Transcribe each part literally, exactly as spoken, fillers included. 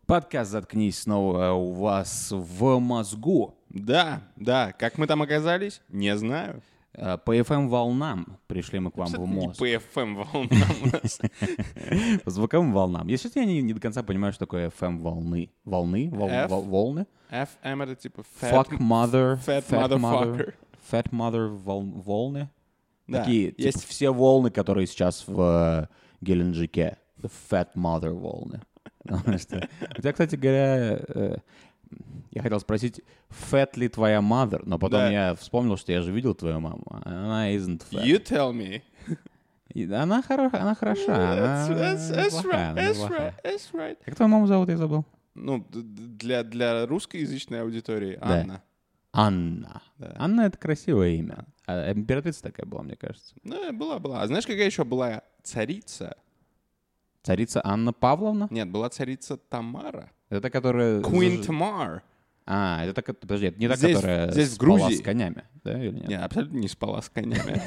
Подкаст «Заткнись» снова у вас в мозгу. Да, да. Как мы там оказались? Не знаю. По эф эм-волнам пришли мы к вам Что-то в не мозг. по эф эм-волнам у нас. По звуковым волнам. Если честно, я не, не до конца понимаю, что такое эф эм-волны. Волны? Вол, F? вол- волны? эф эм это типа Fuck fat, mother. fat Fat mother. motherfucker. Fat mother вол, волны. Да. Такие, типа, Есть все волны, которые сейчас в э, Геленджике. The fat mother волны. Потому что- У тебя, кстати говоря, э, я хотел спросить, fat ли твоя mother, но потом Да. я вспомнил, что я же видел твою маму. Она isn't fat. You tell me. И Она, хоро- она хороша, она That's, that's, that's неплохая, right, она that's неплохая. right, that's right. Как твою маму зовут, я забыл? Ну, д- д- для, для русскоязычной аудитории Да. Анна. Анна. Да. Анна — это красивое имя. А императрица такая была, мне кажется. Ну, была-была. А знаешь, какая еще была царица? Царица Анна Павловна? Нет, была царица Тамара. Это та, которая... Queen заж- Tamar. А, это так, подожди, это не та, Здесь- которая здесь в спала Грузии. с конями, да, или нет? Не, абсолютно не спала с конями.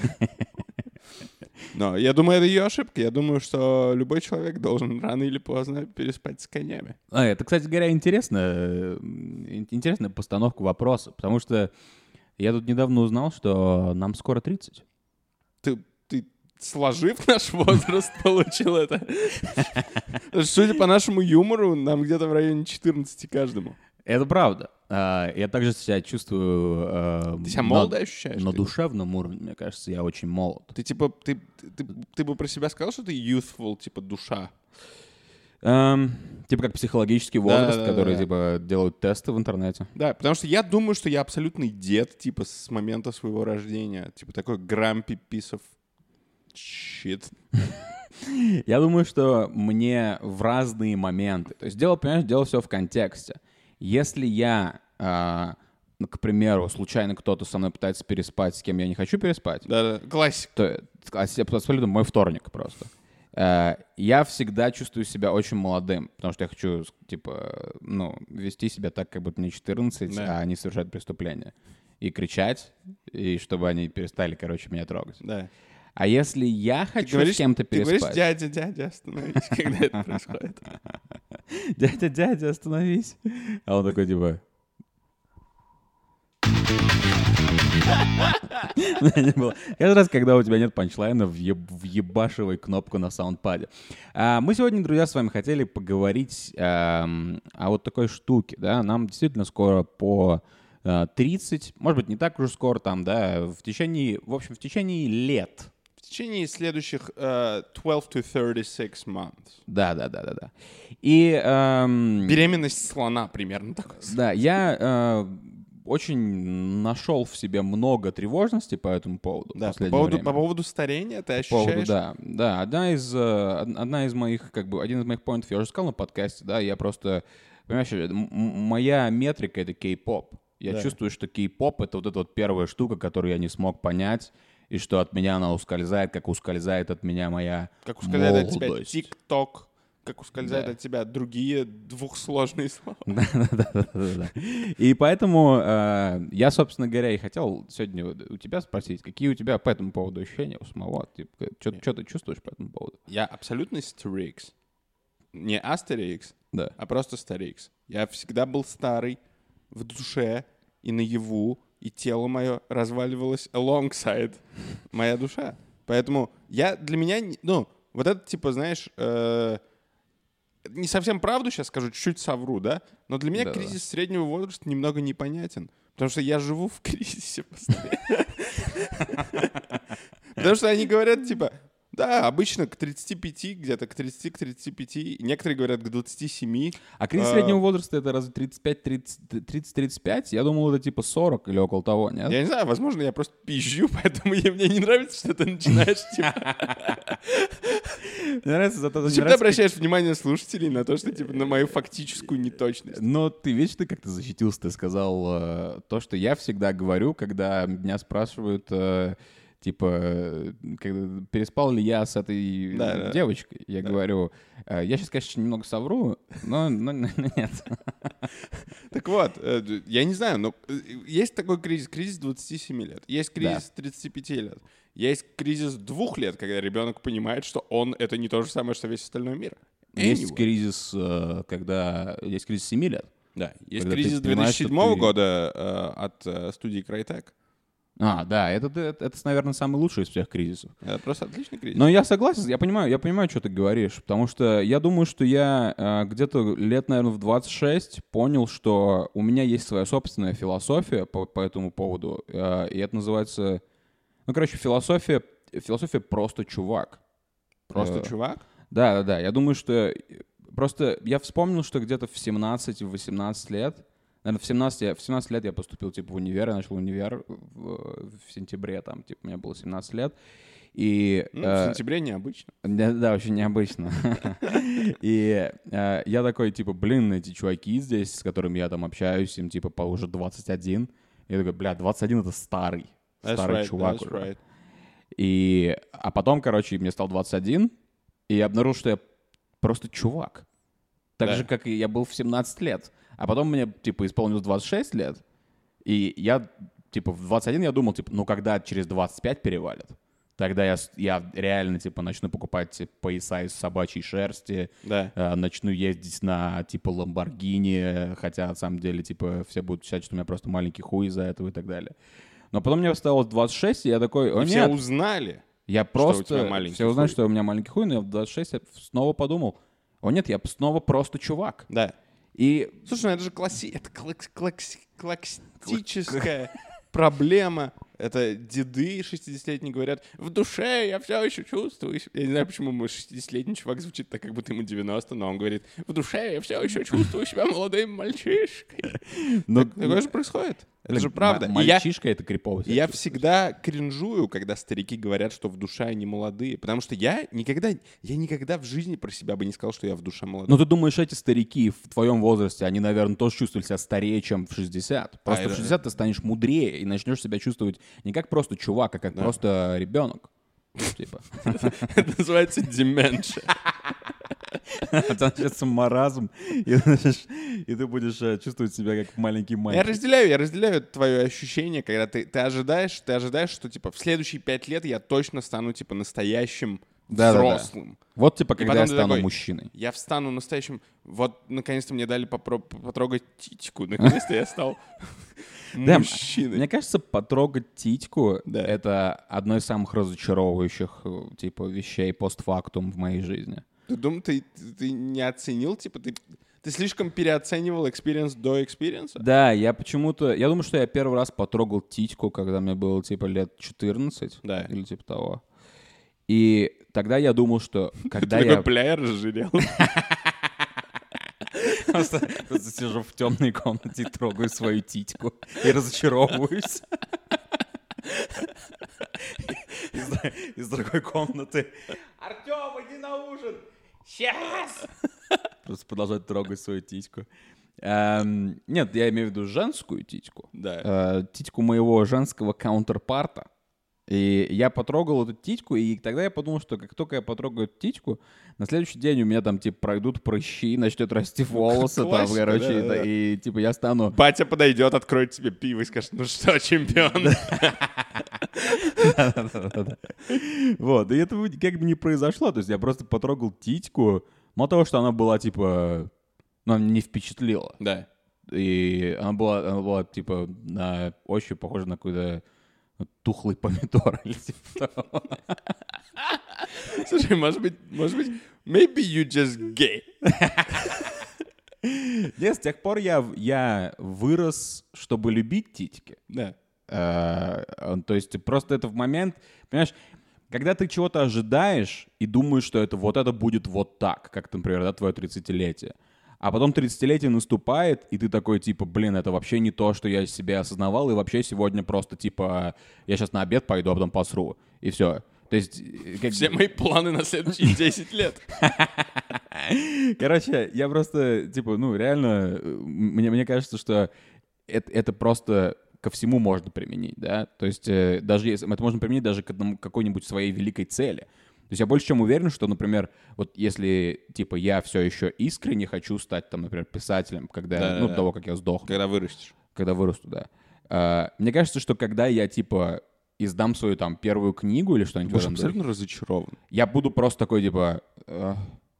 Но я думаю, это ее ошибка. Я думаю, что любой человек должен рано или поздно переспать с конями. А, это, кстати говоря, интересно, э, ин- интересная постановка вопроса, потому что я тут недавно узнал, что нам скоро тридцать. Ты, ты сложив наш возраст, получил это. Судя по нашему юмору, нам где-то в районе четырнадцати каждому. Это правда. А, Я также себя чувствую... э, Ты себя на- молодо ощущаешь? На Ты- душевном уровне, мне кажется, я очень молод. Ты типа, ты, ты, ты бы про себя сказал, что ты youthful, типа душа? Эм, типа как психологический возраст, да, да, который да. типа делают тесты в интернете. Да, потому что я думаю, что я абсолютный дед, типа, с момента своего рождения. Типа такой grumpy piece of shit. Я думаю, что мне в разные моменты. То есть дело, понимаешь, дело все в контексте. Если я, а, ну, к примеру, случайно кто-то со мной пытается переспать, с кем я не хочу переспать, Да-да, классик. то это абсолютно мой вторник просто. Э, Я всегда чувствую себя очень молодым, потому что я хочу, типа, ну, вести себя так, как будто мне четырнадцать, Да. а они совершают преступление. И кричать, и чтобы они перестали, короче, меня трогать. Да. А если я Ты хочу говоришь, с кем-то ты говоришь, переспать... дядя, дядя, остановись, когда это происходит. Дядя, дядя, остановись. А он такой, типа... Не было. Каждый раз, когда у тебя нет панчлайна, въеб- въебашивай кнопку на саундпаде. А, Мы сегодня, друзья, с вами хотели поговорить эм, о вот такой штуке, да. Нам действительно скоро по э, тридцать, может быть, не так уж скоро там, да, в течение, в общем, в течение лет. В течение следующих э, twelve to thirty-six months. Да, да, да, да, да. И эм, Беременность слона примерно такой. да, я э, очень нашел в себе много тревожности по этому поводу. в Да, по последнее поводу, время. по поводу старения ты По поводу, ощущаешь... да, да, одна из, э, од- одна из моих, как бы, один из моих поинтов, я уже сказал на подкасте, да, я просто, понимаешь, м- м- моя метрика — это кей-поп. Я Да. чувствую, что кей-поп — это вот эта вот первая штука, которую я не смог понять, и что от меня она ускользает, как ускользает от меня моя Как ускользает от тебя молодость. ТикТок, как ускользает Да. от тебя другие двухсложные слова. Да-да-да. И поэтому э, я, собственно говоря, и хотел сегодня у тебя спросить, какие у тебя по этому поводу ощущения у самого? Что ты чувствуешь по этому поводу? Я абсолютный старикс. Не астерикс, Да. а просто старикс. Я всегда был старый в душе и наяву, и тело мое разваливалось alongside моя душа. Поэтому я для меня, не- ну, вот это типа, знаешь, э, не совсем правду сейчас скажу, чуть-чуть совру, да? Но для меня Да-да. кризис среднего возраста немного непонятен. Потому что я живу в кризисе постоянно. Потому что они говорят, типа, да, обычно к тридцати пяти, где-то к тридцати, к тридцати пяти. Некоторые говорят к двадцати семи. А кризис А, среднего возраста — это разве тридцать пять тридцать пять? Я думал, это типа сорок или около того, нет? Я не знаю, возможно, я просто пизжу, поэтому я- мне не нравится, что ты начинаешь, типа... Мне нравится зато... мне Зачем ты нравится, обращаешь внимание слушателей на то, что, типа, на мою фактическую неточность? Но ты, видишь, ты как-то защитился, ты сказал э, то, что я всегда говорю, когда меня спрашивают, э, типа, э, когда, переспал ли я с этой Да, да. девочкой. Я Да. говорю, э, я сейчас, конечно, немного совру, но, но- но нет. Так вот, э, я не знаю, но э, есть такой кризис, кризис двадцати семи лет, есть кризис тридцати пяти лет, есть кризис двух лет, когда ребенок понимает, что он — это не то же самое, что весь остальной мир. Есть Anyway. кризис, э, когда... Есть кризис семи лет. Да, есть Когда ты кризис понимаешь, две тысячи седьмого что ты- года э, от э, студии Crytek. А, да, это, это, это, наверное, самый лучший из всех кризисов. Это просто отличный кризис. Но я согласен, я понимаю, я понимаю, что ты говоришь, потому что я думаю, что я э, где-то лет, наверное, в двадцать шесть понял, что у меня есть своя собственная философия по, по этому поводу, э, и это называется, ну, короче, философия, философия просто чувак. Просто э, чувак? Да, да, да, я думаю, что просто я вспомнил, что где-то в семнадцать-восемнадцать лет, наверное, в семнадцать, я- в семнадцать лет я поступил, типа, в универ, я начал универ в, в сентябре, там, типа, мне было семнадцать лет, и... Ну, э, в сентябре необычно. Да, да, очень необычно. И э, я такой, типа, блин, эти чуваки здесь, с которыми я там общаюсь, им, типа, по уже двадцать один. Я такой, бля, двадцать один — это старый. That's Старый right, чувак that's уже. right. И... А потом, короче, мне стал двадцать один, и я обнаружил, что я просто чувак. Так Да. же, как и я был в семнадцать лет. А потом мне, типа, исполнилось двадцать шесть лет, и я, типа, в двадцать один я думал, типа, ну, когда через двадцать пять перевалит, тогда я, с- я реально, типа, начну покупать типа, пояса из собачьей шерсти, Да. э, начну ездить на, типа, Ламборгини, хотя, на самом деле, типа, все будут считать, что у меня просто маленький хуй из-за этого и так далее. Но потом мне стало двадцать шесть, и я такой, о, И все нет, узнали. я что у просто... тебя маленький все узнают, хуй. что у меня маленький хуй, но я в двадцать шесть я снова подумал, о, нет, я снова просто чувак. Да. И Слушай, ну это же класси... это клакс- клакс- классическая проблема. Это деды шестидесятилетние говорят, в душе я все еще чувствую. себя». Я не знаю, почему мой шестидесятилетний чувак звучит так, как будто ему девяносто, но он говорит, в душе я все еще чувствую себя молодым мальчишкой. ну, Такое же происходит. Это блин, же правда. м- И я, Мальчишка — это крипово. и себя я чувствует. всегда кринжую, когда старики говорят, что в душе они молодые. Потому что я никогда, я никогда в жизни про себя бы не сказал, что я в душе молодой. Ну, ты думаешь, эти старики в твоем возрасте, они, наверное, тоже чувствовали себя старее, чем в шестьдесят. Просто это- в шестьдесят ты станешь мудрее и начнешь себя чувствовать не как просто чувак, а как Да. просто ребенок. Типа. Это называется деменция. Это начнется маразм, и, знаешь, и ты будешь э, чувствовать себя как маленький Я мальчик. разделяю, я разделяю твое ощущение, когда ты, ты ожидаешь, ты ожидаешь, что типа в следующие пять лет я точно стану типа настоящим Да-да-да. взрослым. Вот, типа, когда потом я ты стану такой, мужчиной. Я встану настоящим. Вот наконец-то мне дали попро- потрогать титьку. Наконец-то я стал Да, мужчиной. Мне кажется, потрогать титьку — Да. это одно из самых разочаровывающих э, типа вещей постфактум в моей жизни. Ты думал, ты, ты, ты не оценил, типа ты, ты слишком переоценивал экспириенс до экспириенса? Да, я почему-то... Я думаю, что я первый раз потрогал титьку, когда мне было, типа, лет четырнадцать. Да. Или типа того. И тогда я думал, что когда Ты я... такой, бля, я разжирел. Просто, просто сижу в темной комнате и трогаю свою титьку. И разочаровываюсь. Из, из другой комнаты. Артем, иди на ужин! Сейчас! Просто продолжать трогать свою титьку. Эм, нет, я имею в виду женскую титьку. Да. Э, титьку моего женского каунтерпарта. И я потрогал эту титьку, и тогда я подумал, что как только я потрогаю эту титьку, на следующий день у меня там, типа, пройдут прыщи, начнет расти волосы, там, Классика, короче, и, да-да-да. и, типа, я стану... Батя подойдет, откроет тебе пиво и скажет, ну что, чемпион? Да-да-да-да. Вот, и это как бы не произошло, то есть я просто потрогал титьку, мало того, что она была, типа, ну, она не впечатлила, Да. и она была, она была, типа, на ощупь похожа на какой-то тухлый помидор или типа того. Слушай, может быть, может быть, maybe you just gay. Нет, с тех пор я, я вырос, чтобы любить титьки. Да. Э, То есть просто это в момент, понимаешь, когда ты чего-то ожидаешь и думаешь, что это вот это будет вот так, как, например, да, твое тридцатилетие, а потом тридцатилетие наступает, и ты такой, типа, блин, это вообще не то, что я себе осознавал, и вообще сегодня просто, типа, я сейчас на обед пойду, а потом посру, и все. То есть... э, Как... Все мои планы на следующие десять лет. Короче, я просто, типа, ну, реально, э, мне, мне кажется, что это, это просто ко всему можно применить, да, то есть э, даже если, это можно применить даже к одному, какой-нибудь своей великой цели. То есть я больше чем уверен, что, например, вот если, типа, я все еще искренне хочу стать, там, например, писателем, когда, Да, ну, да, до того, как я сдохну, Когда вырастешь. когда вырасту, да. А, мне кажется, что когда я, типа, издам свою, там, первую книгу или что-нибудь в Будешь этом духе, абсолютно разочарован. я буду просто такой, типа, «Эх,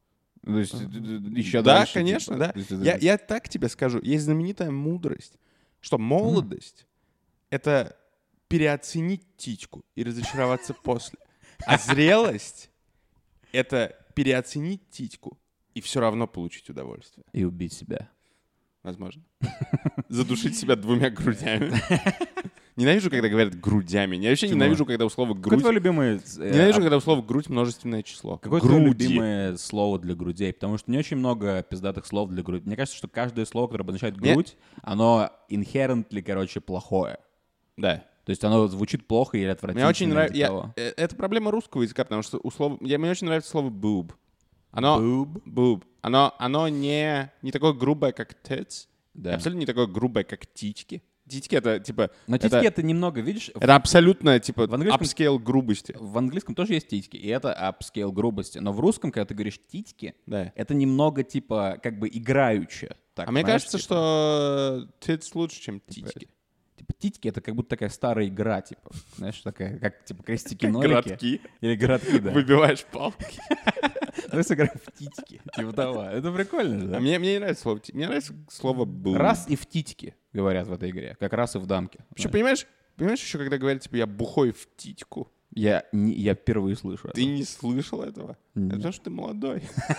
То есть еще Да, дальше, конечно, типа. да. То есть это- Я, я так тебе скажу. Есть знаменитая мудрость, что молодость — это переоценить титьку и разочароваться после. А зрелость — это переоценить титьку и все равно получить удовольствие. И убить себя. Возможно. Задушить себя двумя грудями. Ненавижу, когда говорят грудями. Я вообще Почему? ненавижу, когда у слова Какое грудь... твое любимое... э, Ненавижу, а- когда у слова грудь множественное число. Какое твое Груди. любимое слово для грудей? Потому что не очень много пиздатых слов для груди. Мне кажется, что каждое слово, которое обозначает Мне- грудь, оно inherently, короче, плохое. Да. То есть оно звучит плохо или Мне отвратительно. очень или нравится... типа того. Это проблема русского языка, потому что у слова... Я, мне очень нравится слово boob. Оно... Boob? Boob. Оно, оно не, не такое грубое, как tits. Да. И абсолютно не такое грубое, как титьки. Титьки — это, типа... Но это, титьки это немного, видишь, это абсолютно, типа, В английском- upscale грубости. в английском тоже есть титьки, и это upscale грубости. Но в русском, когда ты говоришь титьки, Да. это немного, типа, как бы играюче. Так, А мне знаешь, кажется, типа, что tits лучше, чем титьки. Типа, титьки — это как будто такая старая игра, типа. Знаешь, такая, как, типа, крестики-нолики. Городки. Или городки, да. Выбиваешь палки. Мы сыграем в титьки. Типа того. Это прикольно же, А да? мне, мне не нравится слово «ти». Мне нравится слово boob. Раз и в титьки, говорят в этой игре. Как раз и в дамке. Вообще, понимаешь, понимаешь еще, когда говорят, типа, я бухой в титьку? Я, не- я впервые слышу Ты это. не слышал этого? Нет. Это потому что ты молодой.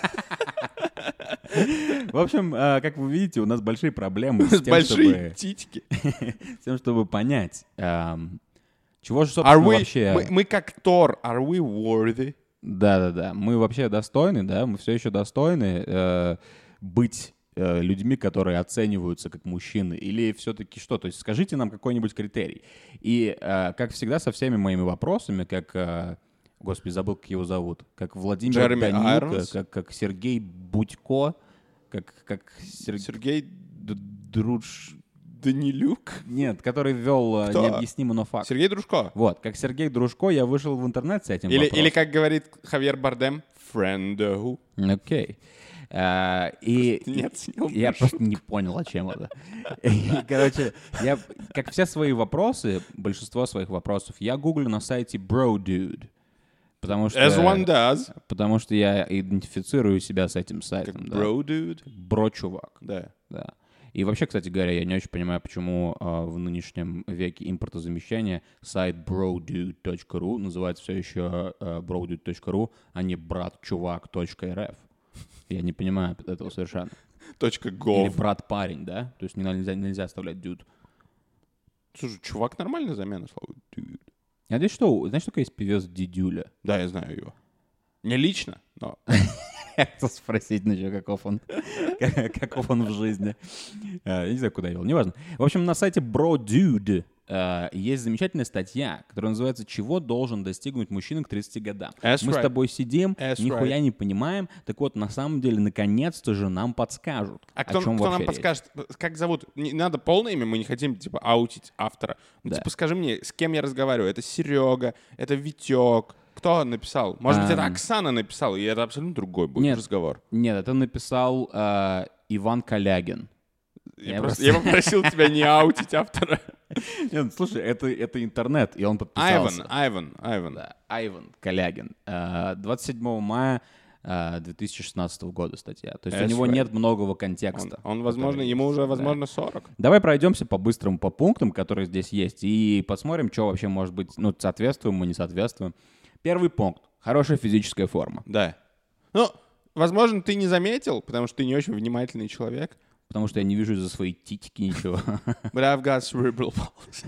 В общем, а, как вы видите, у нас большие проблемы с тем, Большие чтобы, титьки. с тем, чтобы понять, ам, чего же, Are собственно, we, вообще... мы, мы как Тор, are we worthy? Да-да-да, мы вообще достойны, да, мы все еще достойны э, быть э, людьми, которые оцениваются как мужчины, или все-таки что? То есть скажите нам какой-нибудь критерий. И, э, как всегда, со всеми моими вопросами, как... э, Господи, забыл, как его зовут. Как Владимир Джереми Данюка, Айронс? как, как Сергей Будько, как, как Сер- Сергей Д- Друж... Данилюк? Нет, который ввел э, Кто? необъяснимый, но факт. Сергей Дружко? Вот, как Сергей Дружко, я вышел в интернет с этим Или, вопросом. или как говорит Хавьер Бардем, friendo. Окей. А, и Ты не оценил я нашу просто не понял, о чем это. И, короче, я, как все свои вопросы, большинство своих вопросов, я гуглю на сайте BroDude. Потому что, As one does. потому что я идентифицирую себя с этим Как сайтом. да. bro dude. Бро-чувак. Да. Да. И вообще, кстати говоря, я не очень понимаю, почему э, в нынешнем веке импортозамещения сайт brodude точка ру называется все еще э, brodude точка ру, а не братчувак точка эр эф. Я не понимаю этого совершенно. Точка Или gov. брат-парень, да? То есть не- нельзя, нельзя оставлять dude. Слушай, чувак, нормальная замена слова dude. А здесь что? Знаешь, такой есть певец Дидюля? Да, я знаю его. Не лично, но... Я хотел спросить, ну что, каков он, каков он в жизни. Э, Я не знаю, куда я вел, неважно. В общем, на сайте BroDude э, есть замечательная статья, которая называется «Чего должен достигнуть мужчина к тридцати годам?». That's Мы с right. тобой сидим, That's нихуя right. не понимаем. Так вот, на самом деле, наконец-то же нам подскажут, А о кто, чем кто нам вообще речь. подскажет? Как зовут? Не надо полное имя, мы не хотим, типа, аутить автора. Ну, Да. типа, скажи мне, с кем я разговариваю? Это Серега, это Витек. Кто написал? Может быть, это Ам. Оксана написала, и это абсолютно другой будет Нет. разговор. Нет, это написал э, Иван Калягин. Я, Я просто, просто- я попросил тебя не аутить автора. Нет, слушай, это, это интернет, и он Айван, подписался. Айван, Айван. Да, Айван Калягин. Э, двадцать седьмого мая э, две тысячи шестнадцатого года статья. То есть у That's него right. нет многого Он, контекста. он, возможно, который ему есть. уже, Да. возможно, сорок. Давай пройдемся по-быстрому по пунктам, которые здесь есть, и посмотрим, что вообще может быть, ну, соответствуем мы, не соответствуем. Первый пункт. Хорошая физическая форма. Да. Ну, возможно, ты не заметил, потому что ты не очень внимательный человек. Потому что я не вижу из-за своей титики ничего. But I've got cerebral palsy.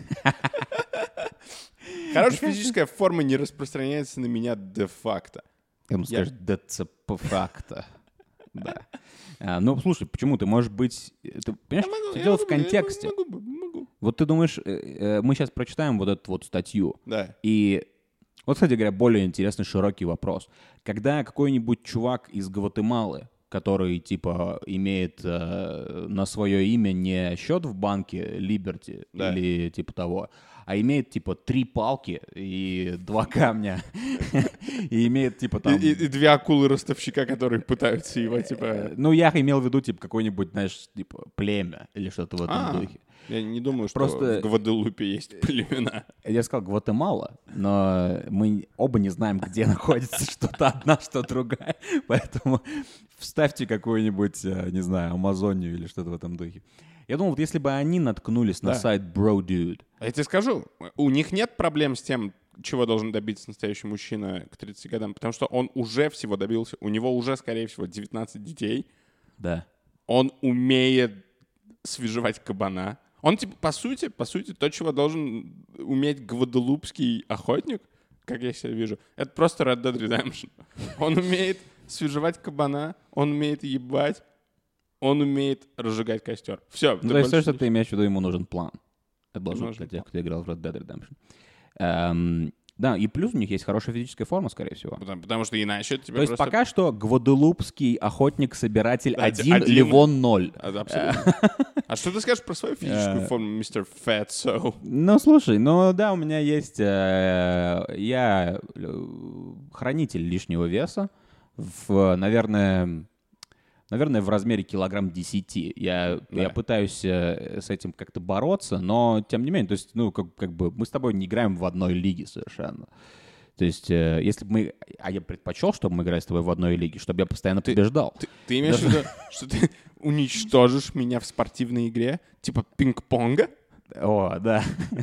Хорошая физическая форма не распространяется на меня де-факто. Я ему скажешь, да это по факту. Да. А, ну, слушай, почему? Ты можешь быть... Ты, понимаешь, Я могу, все я дело могу, в контексте. Я могу, могу. Вот ты думаешь, э, э, мы сейчас прочитаем вот эту вот статью, Да. и вот, кстати говоря, более интересный широкий вопрос. Когда какой-нибудь чувак из Гватемалы, который, типа, имеет э, на свое имя не счет в банке Liberty Да. или типа того, а имеет, типа, три палки и два камня, и имеет, типа, И, там... и- и две акулы-ростовщика, которые пытаются его, типа... Ну, я имел в виду, типа, какое-нибудь, знаешь, типа, племя или что-то в этом А, духе. Я не думаю, что Просто- в Гваделупе есть племена. Я сказал Гватемала, но мы оба не знаем, где находится что-то одна, что другая. Поэтому вставьте какую-нибудь, не знаю, Амазонию или что-то в этом духе. Я думал, вот если бы они наткнулись на Да. сайт Bro Dude. Я тебе скажу, у них нет проблем с тем, чего должен добиться настоящий мужчина к тридцати годам, потому что он уже всего добился. У него уже, скорее всего, девятнадцать детей. Да. Он умеет свежевать кабана. Он, типа, по сути, по сути, то, чего должен уметь гваделупский охотник, как я себя вижу, это просто Red Dead Redemption. Он умеет свежевать кабана, он умеет ебать, он умеет разжигать костер. Все. Ну, то есть все, что ты имеешь в виду, ему нужен план. Это Ему должно нужен для тех, план. кто играл в Red Dead Redemption. Эм, да, и плюс у них есть хорошая физическая форма, скорее всего. Потому, потому что иначе тебе То есть просто... пока что гваделупский охотник-собиратель Да, один, один. Ливон ноль. А, да, абсолютно. А что ты скажешь про свою физическую форму, мистер Fatso? Ну, слушай, ну да, у меня есть... э, я э, хранитель лишнего веса в, наверное... Наверное, в размере килограмм десяти. Я, Да. я пытаюсь э, с этим как-то бороться, но тем не менее, то есть, ну, как, как бы мы с тобой не играем в одной лиге совершенно. То есть, э, если бы мы... А я предпочел, чтобы мы играли с тобой в одной лиге, чтобы я постоянно Ты- побеждал. Ты, ты имеешь в виду, что ты уничтожишь меня в спортивной игре? Типа пинг-понга? О, да.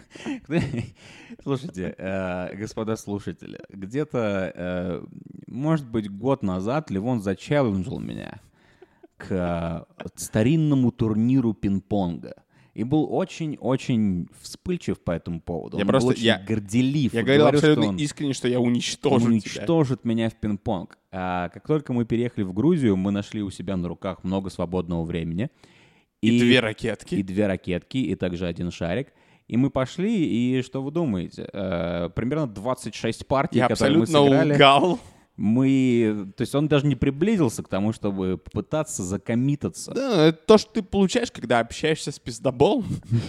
Слушайте, э, господа слушатели, где-то, э, может быть, год назад Ливон зачелленджил меня к э, старинному турниру пинг-понга. И был очень-очень вспыльчив по этому поводу. Я Он просто- был очень я- горделив. Я Он говорил говорил, что абсолютно он искренне, что я уничтожу тебя. уничтожит меня в пинг-понг. А как только мы переехали в Грузию, мы нашли у себя на руках много свободного времени. И две ракетки. И две ракетки, и также один шарик. И мы пошли, и что вы думаете? Э, примерно двадцать шесть партий, Я которые мы абсолютно сыграли. лгал. Мы... То есть он даже не приблизился к тому, чтобы попытаться закоммитаться. Да, это то, что ты получаешь, когда общаешься с пиздоболом.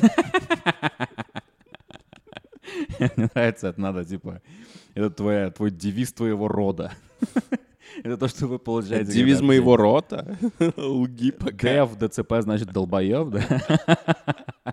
Мне нравится, это надо, типа... Это твоя, твой девиз твоего рода. Это то, что вы получаете. Девиз когда моего рота. Лги общаетесь. пока. Д в ДЦП значит долбоеб, да?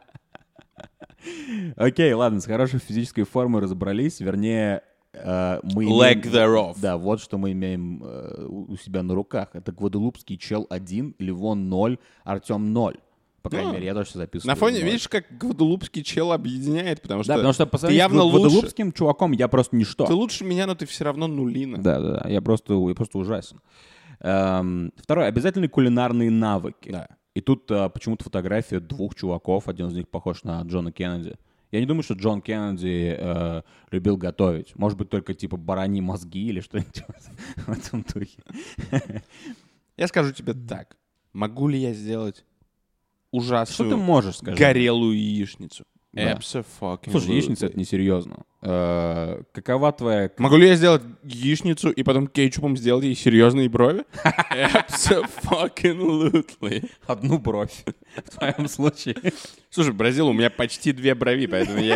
Окей, ладно, с хорошей физической формой разобрались. Вернее, э, мы Leg имеем... thereof. Да, вот что мы имеем э, у у себя на руках. Это гваделупский чел один, Ливон ноль, Артем ноль. По крайней Ну, мере, я точно записываю. На фоне, ноль. видишь, как гваделупский чел объединяет, потому что, Да, потому что по ты сравнению явно с лучше. гваделупским чуваком я просто ничто. Ты лучше меня, но ты все равно нулина. Да, да, да. Я просто, я просто ужасен. Эм, второе. Обязательные кулинарные навыки. Да. И тут а, почему-то фотография двух чуваков. Один из них похож на Джона Кеннеди. Я не думаю, что Джон Кеннеди э, любил готовить. Может быть, только типа бараньи мозги или что-нибудь в этом духе. Я скажу тебе так. Могу ли я сделать Что ужасную ты можешь, скажи? горелую яичницу? Да. Абсо-факин. Слушай, яичница — это несерьезно. Э, какова твоя... Могу ли я сделать яичницу и потом кетчупом сделать ей серьезные брови? Абсо-факин-лутли. Одну бровь в твоем случае. Слушай, Бразил, у меня почти две брови, поэтому я...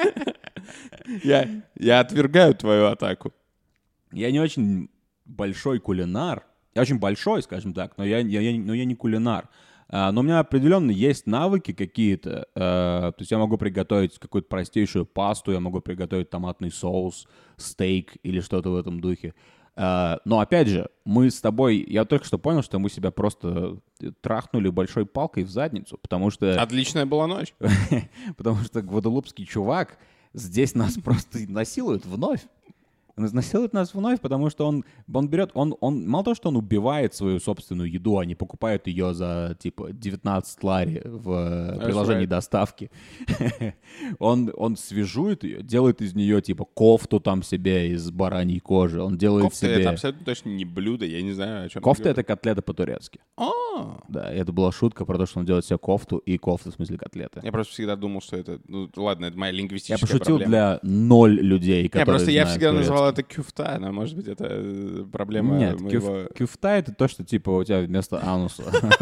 я, я отвергаю твою атаку. Я не очень большой кулинар. Я очень большой, скажем так, но я, я, я- но я не кулинар. А, но у меня определенно есть навыки какие-то. А, то есть я могу приготовить какую-то простейшую пасту, я могу приготовить томатный соус, стейк или что-то в этом духе. А, но опять же, мы с тобой... Я только что понял, что мы себя просто трахнули большой палкой в задницу, потому что... Отличная была ночь. Потому что гваделупский чувак здесь нас просто насилует вновь. Он насилует нас вновь, потому что он, он берет, он, он, мало того, что он убивает свою собственную еду, а не покупает ее за, типа, девятнадцать лари в э, приложении right. доставки. он, он свежует ее, делает из нее, типа, кофту там себе из бараньей кожи. Он делает Кофта себе... это абсолютно точно не блюдо, я не знаю, о чем Кофта — ты это котлета по-турецки. говоришь. А, Да, и это была шутка про то, что он делает себе кофту и кофту, в смысле, котлеты. я просто всегда думал, что это... Ну, ладно, это моя Я лингвистическая пошутил проблема. для ноль людей, Не, которые просто я знают всегда турецкий. называл это кюфта, но, может быть, это э, проблема Нет, моего... кюф- кюфта — это то, что, типа, у тебя вместо ануса.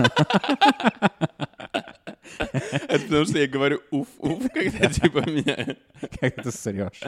Это потому что я говорю уф-уф, когда, типа, меня... Как ты срешь.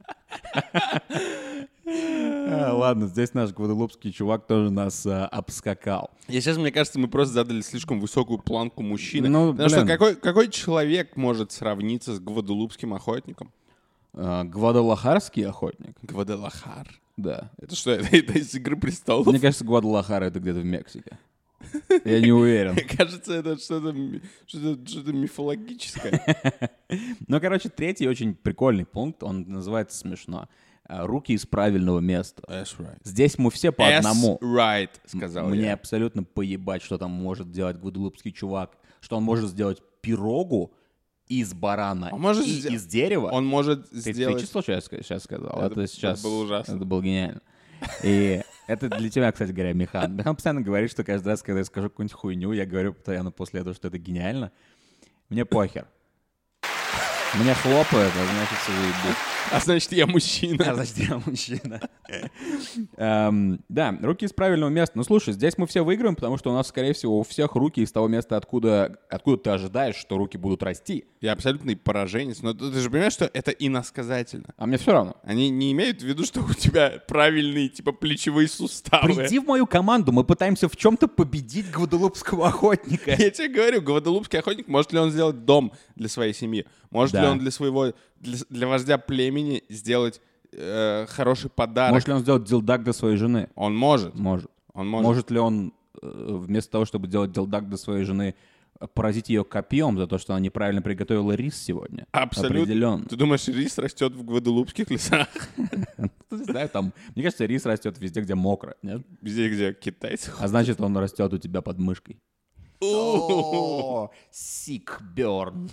А, Ладно, здесь наш гваделупский чувак тоже нас а, обскакал. Я сейчас, мне кажется, мы просто задали слишком высокую планку мужчины. Ну, Потому что блин. какой, какой человек может сравниться с гваделупским охотником? э, гвадалахарский охотник. Гвадалахар. Да. Это что, это, это из «Игры престолов»? Мне кажется, Гвадалахар — это где-то в Мексике. Я не уверен. Мне кажется, это что-то, ми- что-то, что-то мифологическое. Ну, короче, третий очень прикольный пункт, он называется смешно. А, Руки из правильного места. That's right. Здесь мы все по That's одному. right, сказал Мне я. абсолютно поебать, что там может делать гваделупский чувак. Что он может сделать пирогу из барана Он может и сдел- из дерева. Он может Ты, ты сделать... чувствовал, что я ска- сейчас сказал? Это- Это, это сейчас... было ужасно. Это было гениально. И это для тебя, кстати говоря, Михан. Михан постоянно говорит, что каждый раз, когда я скажу какую-нибудь хуйню, я говорю постоянно после этого, что это гениально. Мне похер. Мне хлопают, а значит, все заебись. А значит, я мужчина. А значит, я мужчина. Эм, Да, руки из правильного места. Ну, слушай, здесь мы все выиграем, потому что у нас, скорее всего, у всех руки из того места, откуда, откуда ты ожидаешь, что руки будут расти. Я абсолютный пораженец. Но ты ты же понимаешь, что это иносказательно. А мне все равно. Они не имеют в виду, что у тебя правильные, типа, плечевые суставы. Приди в мою команду, мы пытаемся в чем-то победить гваделупского охотника. Я тебе говорю, гваделупский охотник, может ли он сделать дом для своей семьи? Может Да. ли он для своего, для, для вождя племени сделать э, хороший подарок? Может ли он сделать дилдак для своей жены? Он может. Может. Он может. Может ли он э, вместо того, чтобы делать дилдак для своей жены, э, поразить ее копьем за то, что она неправильно приготовила рис сегодня? Абсолютно. Определенно. Ты думаешь, рис растет в гваделупских лесах? Не знаю, там, мне кажется, рис растет везде, где мокро, нет? Везде, где китайцы. А значит, он растет у тебя под мышкой. О, sick burn.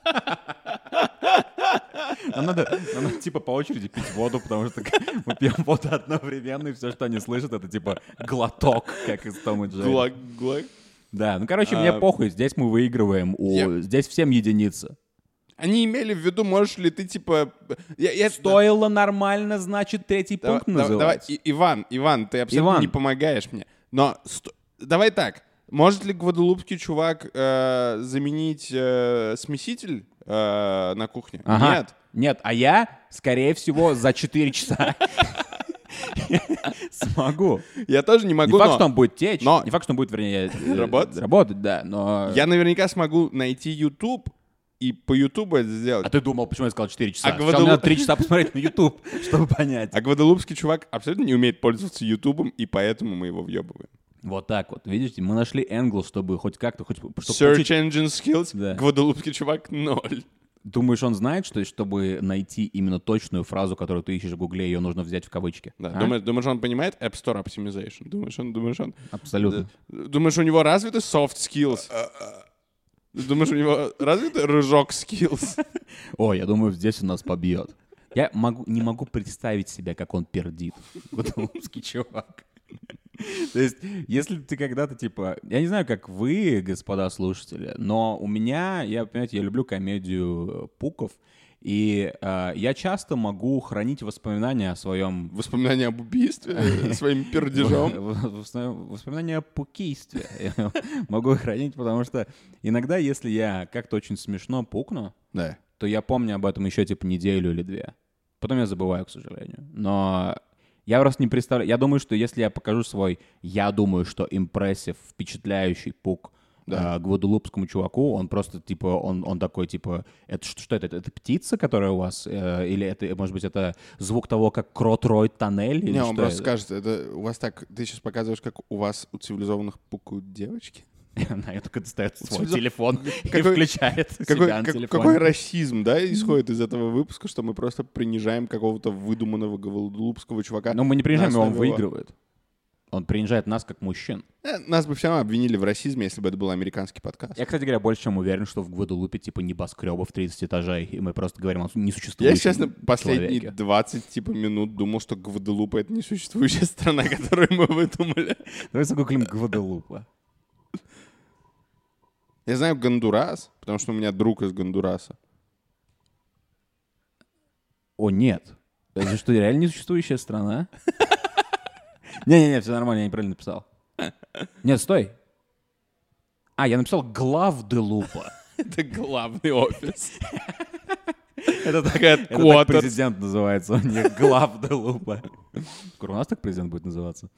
Нам надо, нам надо, типа, по очереди пить воду, потому что мы пьем воду одновременно, и все, что они слышат, это, типа, глоток, как из Тома и Джерри. Глак, глак. Да, ну, короче, мне А, похуй, здесь мы выигрываем, у... Я- здесь всем единица. Они имели в виду, можешь ли ты, типа... Я, я- Стоило нормально, значит, третий Давай, пункт давай, давай, называть. И- Иван, Иван, ты абсолютно Иван. не помогаешь мне. Но сто- давай так. Может ли гваделупский чувак э, заменить э, смеситель э, на кухне? Ага. Нет. Нет, а я, скорее всего, за четыре часа смогу. Я тоже не Не могу, факт, но что он будет течь, но- не факт, что он будет, вернее, э, Работать? работать, да, но... я наверняка смогу найти YouTube и по YouTube это сделать. А ты думал, почему я сказал четыре часа? А Сначала Гваделуп- мне надо три часа посмотреть на YouTube, чтобы понять. А гваделупский чувак абсолютно не умеет пользоваться Ютубом, и поэтому мы его въебываем. Вот так вот, видите, мы нашли энгл, чтобы хоть как-то, хоть чтобы Search получить... engine skills, Да. гваделупский чувак ноль. Думаешь, он знает, что чтобы найти именно точную фразу, которую ты ищешь в Гугле, ее нужно взять в кавычки? Да. А? Думаешь, думаешь, он понимает App Store Optimization? Думаешь, он, думаешь, он... Абсолютно. Думаешь, у него развиты soft skills? Думаешь, у него развиты рыжок skills? О, я думаю, здесь он нас побьет. Я могу, не могу представить себя, как он пердит. Гваделупский чувак. То есть, если ты когда-то, типа... Я не знаю, как вы, господа слушатели, но у меня, я, понимаете, я люблю комедию э, Пуков, и э, я часто могу хранить воспоминания о своем... Воспоминания об убийстве э, своим пердежом. В- в- в- Воспоминания о пукийстве. Я могу их хранить, потому что иногда, если я как-то очень смешно пукну, Да. то я помню об этом еще типа неделю или две. Потом я забываю, к сожалению. Но я просто не представляю. Я думаю, что если я покажу свой, я думаю, что импрессив, впечатляющий пук Да. э, гваделупскому чуваку, он просто типа, он, он такой типа, это что, что это? Это птица, которая у вас? Э, или это, может быть, это звук того, как крот роет тоннель? Или Не, он что просто это? скажет, это у вас так, ты сейчас показываешь, как у вас у цивилизованных пукают девочки? На это только достает свой Цивилиза- телефон и Какой- включает Какой, себя на как- телефоне. какой расизм, да, исходит из этого выпуска, что мы просто принижаем какого-то выдуманного гваделупского чувака. Но мы не принижаем на его, он основе его- выигрывает. Он принижает нас как мужчин. Э, Нас бы все равно обвинили в расизме, если бы это был американский подкаст. Я, кстати говоря, больше чем уверен, что в Гваделупе типа небоскребов тридцать этажей, и мы просто говорим о Я, несуществующем честно, последние человеке. двадцать типа минут думал, что Гваделупа — это несуществующая страна, которую мы выдумали. Давай загуглим Гваделупа. Я знаю Гондурас, потому что у меня друг из Гондураса. О, нет. Это что, реально несуществующая страна? Не-не-не, все нормально, я неправильно написал. Нет, стой. А, я написал Главделупа. Это главный офис. Это так, Headquarters. это так президент называется, у них Главделупа. Скоро у нас так президент будет называться.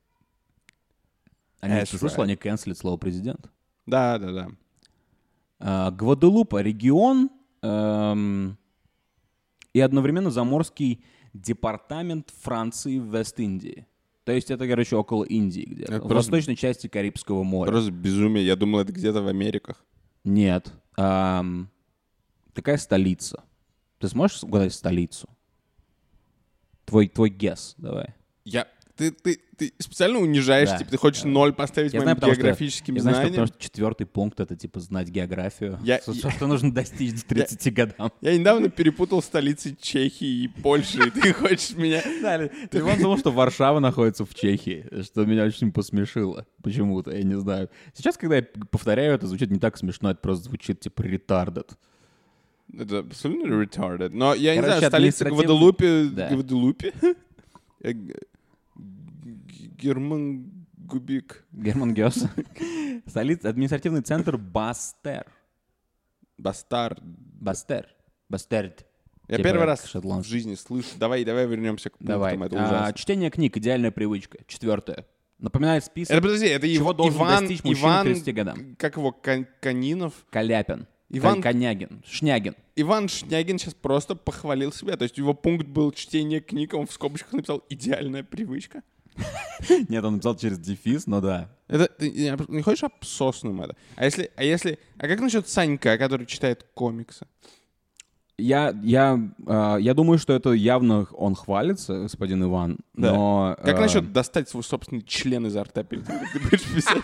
Они, That's ты слышал, right. они канцелят слово президент. Да, да, да. А, Гваделупа — регион, эм, и одновременно заморский департамент Франции в Вест-Индии. То есть это, короче, около Индии где-то. Это В просто- восточной части Карибского моря. Просто безумие. Я думал, это где-то в Америках. Нет. Ам, Какая столица? Ты сможешь угадать столицу? Твой, твой guess, давай. Я... Ты, ты, ты специально унижаешь, Да. типа, ты хочешь ноль поставить Я моим знаю, потому что- географическим Я знаю, что знаниям? потому что четвертый пункт — это, типа, знать географию. Я- Что, я- что нужно достичь к тридцати годам. Я недавно перепутал столицы Чехии и Польши, и ты хочешь меня... Ты вон думал, что Варшава находится в Чехии, что меня очень посмешило почему-то, я не знаю. Сейчас, когда я повторяю, это звучит не так смешно, это просто звучит, типа, retarded. Это абсолютно retarded. Но я не Короче, знаю, столица административный- Гваделупе... Да. Гваделупе? Э, г- Герман Губик. Герман Гёс. Столица, административный центр Бастер. Бастард. Бастер. Бастерд. Я Типа первый раз в шотландский. жизни слышу. Давай, давай вернемся к Давай. пунктам. Это А, ужасно. чтение книг — идеальная привычка. Четвертое. Напоминает список. Это, подожди, это Чего Ив- должен Иван... достичь мужчина к Иван... тридцати годам? Как его? Кон- Конинов? Каляпин. Иван- Иван... Конягин. Шнягин. Иван Шнягин сейчас просто похвалил себя. То есть его пункт был чтение книг, он в скобочках написал «идеальная привычка». Нет, он написал через дефис, но да. Это ты не не хочешь обсосным это? А если, а если, а как насчет Санька, который читает комиксы? Я, я, э, я думаю, что это явно он хвалится, господин Иван, Да. но... Как э, насчет достать свой собственный член изо рта перед тем, как ты будешь писать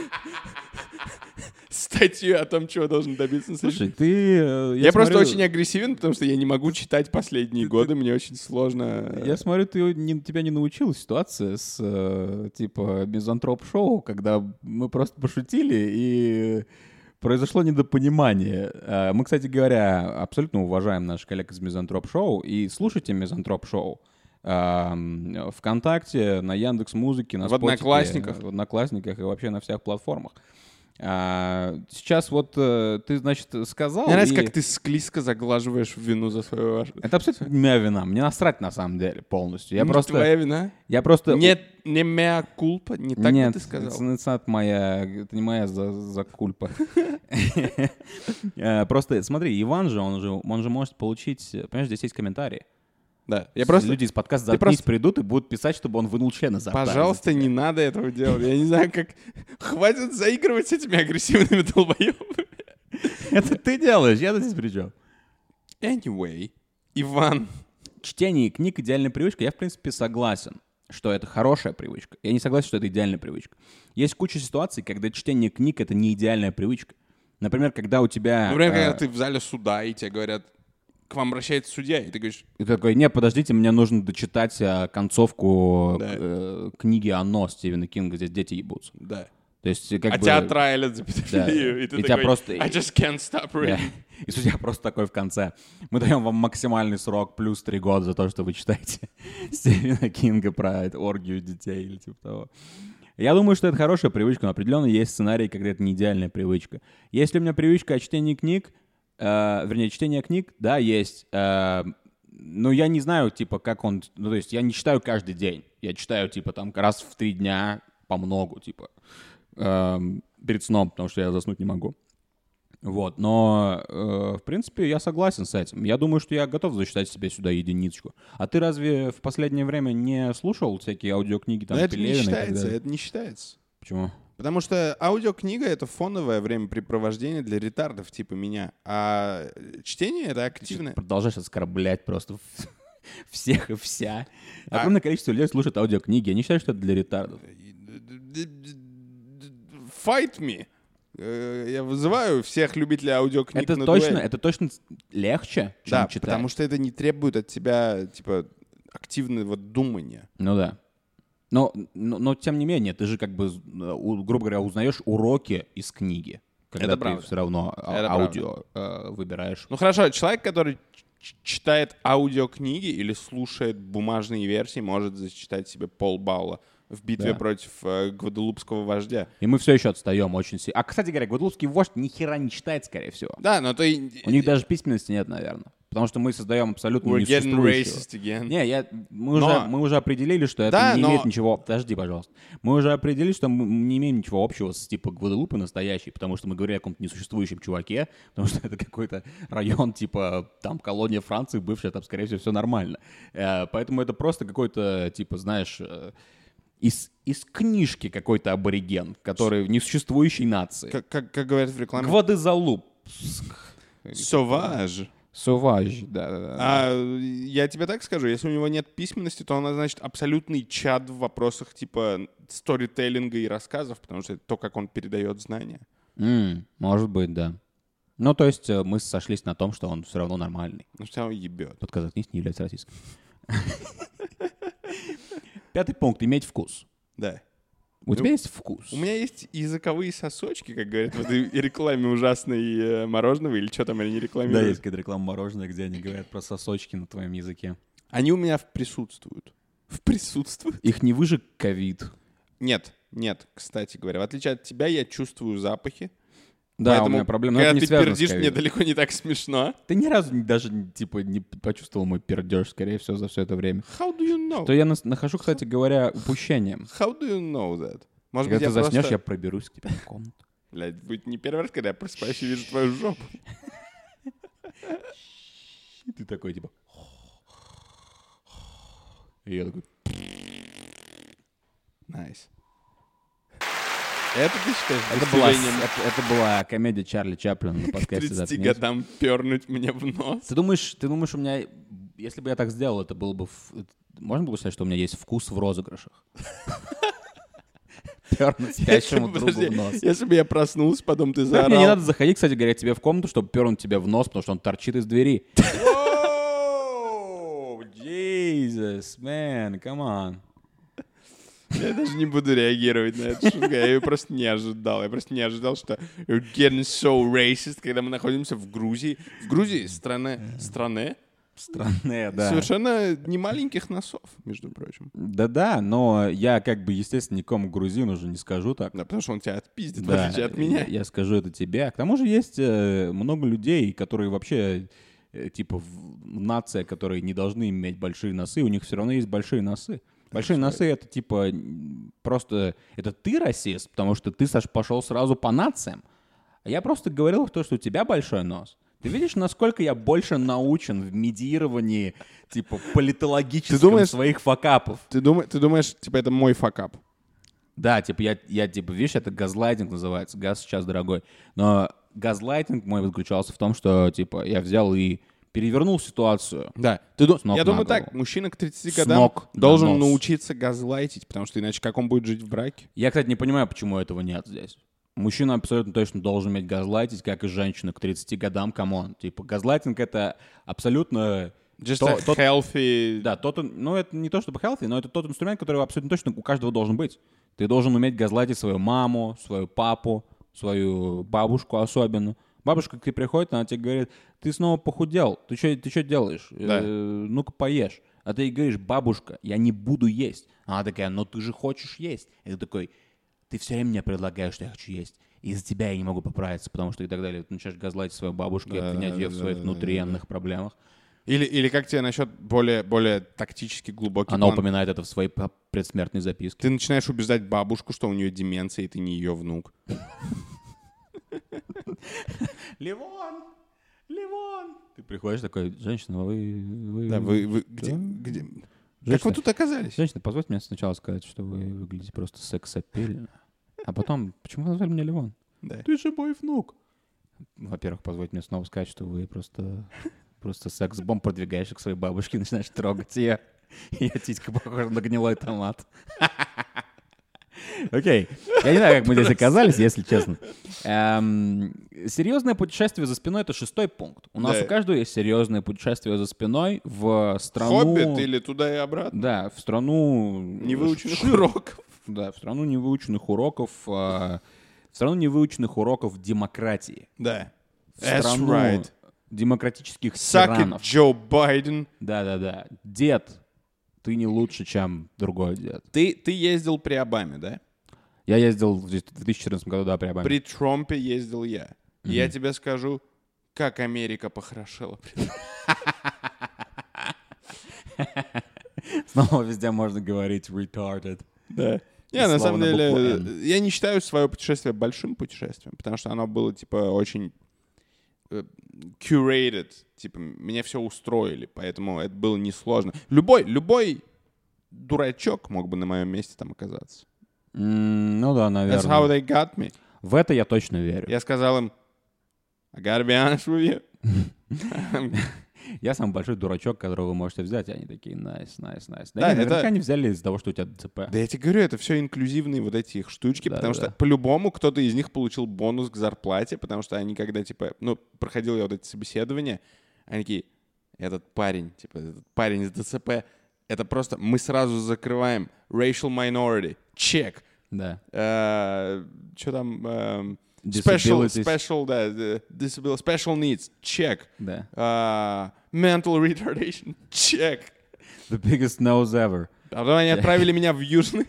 статью о том, чего должен добиться? Слушай, ты... э, Я, просто смотрю- очень агрессивен, потому что я не могу читать последние годы, мне очень сложно. Я смотрю, ты не, тебя не научила ситуация с, э, типа, мизантроп-шоу, когда мы просто пошутили, и произошло недопонимание. Э, Мы, кстати говоря, абсолютно уважаем наших коллег из мизантроп-шоу, и слушайте мизантроп-шоу. Эм, ВКонтакте, на Яндекс.Музыке, на В Спотике, Одноклассниках. в Одноклассниках и вообще на всех платформах. А, сейчас вот э, ты, значит, сказал... Мне нравится, и- как ты склизко заглаживаешь вину за свою вашу. Это абсолютно не моя вина. Мне насрать, на самом деле, полностью. Я Не просто... твоя вина? Я просто... Нет, не мea culpa, не так Нет, бы ты сказал. это, это not моя, это не моя за, за кульпа. Э, Просто смотри, Иван же, он же, он же может получить, понимаешь, здесь есть комментарии. Да, я просто... Люди из подкаста ты «Заткнись» просто- придут и будут писать, чтобы он вынул член изо рта. Пожалуйста, не надо этого делать. Я не знаю, как... Хватит заигрывать с этими агрессивными долбоебами. Это ты делаешь, я здесь при чем? Anyway, Иван. Чтение книг — идеальная привычка. Я, в принципе, согласен, что это хорошая привычка. Я не согласен, что это идеальная привычка. Есть куча ситуаций, когда чтение книг — это не идеальная привычка. Например, когда у тебя... Например, э, когда ты в зале суда, и тебе говорят, к вам обращается судья, и ты говоришь, И ты такой, нет, подождите, мне нужно дочитать э, концовку Да. э, книги «Оно» Стивена Кинга, здесь дети ебутся. да. То есть, как А бы... тебя трайлят за педофилию, Да. и ты И тебя такой, просто- I just can't stop Да. reading. И судья просто такой в конце. Мы даем вам максимальный срок плюс три года за то, что вы читаете Стивена Кинга про это, оргию детей или типа того. Я думаю, что это хорошая привычка, но определенно есть сценарий, когда это не идеальная привычка. Есть ли у меня привычка о чтении книг? Э, вернее, чтение книг, да, есть. Э, но я не знаю, типа, как он... Ну, то есть я не читаю каждый день. Я читаю, типа, там, раз в три дня по многу, типа, эм, перед сном, потому что я заснуть не могу. Вот, но, э, в принципе, я согласен с этим. Я думаю, что я готов засчитать себе сюда единичку. А ты разве в последнее время не слушал всякие аудиокниги там Но это не Пелевина и так считается, далее? это не считается. Почему? Потому что аудиокнига — это фоновое времяпрепровождение для ретардов типа меня, а чтение — это активное. Продолжаешь оскорблять просто всех и вся. А- Огромное количество людей слушает аудиокниги. Они считают, что это для ретардов. Fight me. Э, Я вызываю всех любителей аудиокниг Это на точно, дуэль. это точно легче, чем Да, читать. потому что это не требует от тебя, типа, активного думания. Ну да. Но, но, но тем не менее, ты же как бы, э, у- грубо говоря, узнаешь уроки из книги. Когда Это ты правда. все равно а- Это аудио э, выбираешь. Ну хорошо, человек, который ч- читает аудиокниги или слушает бумажные версии, может зачитать себе полбалла в битве Да. против э, гваделупского вождя. И мы все еще отстаем очень сильно. А, кстати говоря, гваделупский вождь ни хера не читает, скорее всего. Да, но то и... У них даже письменности нет, наверное. Потому что мы создаем абсолютно We're getting несуществующего. racist again. Не, я, мы, Но- уже, мы уже определили, что это Да, не но- имеет ничего... Подожди, пожалуйста. Мы уже определили, что мы не имеем ничего общего с типа Гваделупы настоящей, потому что мы говорили о каком-то несуществующем чуваке, потому что это какой-то район, типа, там, колония Франции бывшая, там, скорее всего, все нормально. Э, поэтому это просто какой-то, типа, знаешь... э, Из, из книжки какой-то абориген, который в несуществующей нации. Как, как, как говорят в рекламе. Гвадезалуп. Соваж. Суваж, да-да-да. А я тебе так скажу, если у него нет письменности, то она, значит, абсолютный чад в вопросах типа сторителлинга и рассказов, потому что это то, как он передает знания. М, может быть, да. Ну, то есть э, мы сошлись на том, что он все равно нормальный. Ну, что он ебет. Подкаст не является российским. Пятый пункт. Иметь вкус. Да. У тебя есть вкус? У меня есть языковые сосочки, как говорят в этой рекламе ужасной э, мороженого, или что там они Да, рекламируют. есть какая-то реклама мороженое, где они говорят про сосочки на твоем языке. Они у меня в присутствуют. В присутствуют? Их не выжег ковид. Нет, нет, кстати говоря. В отличие от тебя, я чувствую запахи. Да, Поэтому, у меня проблема. Но когда это не ты связано с пердишь, мне ковидом. далеко не так смешно. Ты ни разу не- даже типа не почувствовал мой пердеж, скорее всего, за все это время. How do you know? Что я нас- нахожу, кстати говоря, упущением. How do you know that? Может Когда быть, ты я заснешь, просто... я проберусь к тебе в комнату. Блядь, будет не первый раз, когда я просыпаюсь и вижу твою жопу. И ты такой, типа... И я такой... Найс. Это ты считаешь Это была, достижением это, это была комедия Чарли Чаплина на к подкасте тридцати «Заткнись». годам пернуть мне в нос? Ты думаешь, ты думаешь, у меня... Если бы я так сделал, это было бы... в- это- Можно было сказать, что у меня есть вкус в розыгрышах? Пернуть спящему другу Подожди, в нос. если бы я проснулся, потом ты Так, мне не заорал. надо заходить, кстати говоря, к тебе в комнату, чтобы пернуть тебе в нос, потому что он торчит из двери. Воу, Jesus, man, come on. Я даже не буду реагировать на эту шутку. Я ее просто не ожидал. Я просто не ожидал, что you're getting so racist, когда мы находимся в Грузии. В Грузии стране, стране Странная, да. совершенно не маленьких носов, между прочим. Да-да, но я как бы, естественно, никому грузину уже не скажу так. Да, потому что он тебя отпиздит, в Да, отличие от меня. Я, я скажу это тебе. К тому же есть э, много людей, которые вообще, э, типа, в- нация, которые не должны иметь большие носы, у них все равно есть большие носы. Большие That's носы — это, типа, м, просто... Это ты расист, потому что ты, Саш, пошел сразу по нациям. А я просто говорил то, что у тебя большой нос. Ты видишь, насколько я больше научен в медиировании, типа, политологическом Ты думаешь- своих факапов. Ты, думаешь, ты думаешь, типа, это мой факап? Да, типа, я, я, типа, видишь, это газлайтинг называется. Газ сейчас дорогой. Но газлайтинг мой заключался в том, что, типа, я взял и перевернул ситуацию. Да. Ты ду- С ног Я на думаю голову. так, мужчина к тридцати С годам ног на должен нос. научиться газлайтить, потому что иначе как он будет жить в браке? Я, кстати, не понимаю, почему этого нет здесь. Мужчина абсолютно точно должен уметь газлайтить, как и женщина к тридцати годам, камон. Типа, газлайтинг — это абсолютно... Just то- a тот- healthy... Да, тот, ин- ну, это не то чтобы healthy, но это тот инструмент, который абсолютно точно у каждого должен быть. Ты должен уметь газлайтить свою маму, свою папу, свою бабушку особенно. Бабушка к тебе приходит, она тебе говорит: ты снова похудел, ты что ты чё делаешь? Да. Э, ну-ка поешь. А ты ей говоришь: бабушка, я не буду есть. Она такая: но ты же хочешь есть. И ты такой: ты все время мне предлагаешь, что я хочу есть. Из-за тебя я не могу поправиться, потому что и так далее. Ты начинаешь газлайтить свою бабушку и Да, обвинять ее в да, своих да, внутриенных проблемах. Или, или как тебе насчет более, более тактически глубокий Она план? упоминает это в своей п- предсмертной записке. Ты начинаешь убеждать бабушку, что у нее деменция, и ты не ее внук. Ливон! Ливон! Ты приходишь такой: женщина, вы... вы Да, вы, вы где, Да. где- Как Женщина, вы тут оказались? женщина, позвольте мне сначала сказать, что вы выглядите просто секс-аппельно. А потом, почему вы назвали меня Ливон? Да. Ты же мой внук. Во-первых, позвольте мне снова сказать, что вы просто... Просто секс-бомб продвигаешься к своей бабушке и начинаешь трогать ее. Ее титька похожа на гнилой томат. Окей. Я не знаю, как мы здесь оказались, если честно. Эм, серьезное путешествие за спиной — это шестой пункт. У нас Да. у каждого есть серьезное путешествие за спиной в страну... Хоббит или туда и обратно? Да, в страну... Невыученных Ш- уроков. Да, в страну невыученных уроков... э, в страну невыученных уроков демократии. Да. В That's страну right. демократических Suck it, тиранов. Джо Байден. Да-да-да. Дед, ты не лучше, чем другой дед. Ты, ты ездил при Обаме, да? Я ездил в две тысячи четырнадцатом году, да, при Обаме. При Трампе ездил я. И я тебе скажу, как Америка похорошела. Снова везде можно говорить retarded. Да. Не, на самом деле, я не считаю свое путешествие большим путешествием, потому что оно было, типа, очень curated, типа, меня все устроили, поэтому это было несложно. Любой, любой дурачок мог бы на моем месте там оказаться. Mm, ну да, наверное. That's how they got me. В это я точно верю. Я сказал им, I gotta be honest with you. Я самый большой дурачок, которого вы можете взять, и они такие, nice, nice, nice. Да, Да, нет, наверняка это- они взяли из-за того, что у тебя ДЦП. Да я тебе говорю, это все инклюзивные вот эти их штучки, Да, потому да, что да. по-любому кто-то из них получил бонус к зарплате, потому что они когда, типа, ну, проходил я вот эти собеседования, они такие, этот парень, типа, этот парень из ДЦП, это просто, мы сразу закрываем racial minority, check. Да. Что там? эм, Special, Disabilities. special, да, э, disability, special needs, check. Да. А, mental retardation, check. The biggest nose ever. А потом они отправили меня в Южный.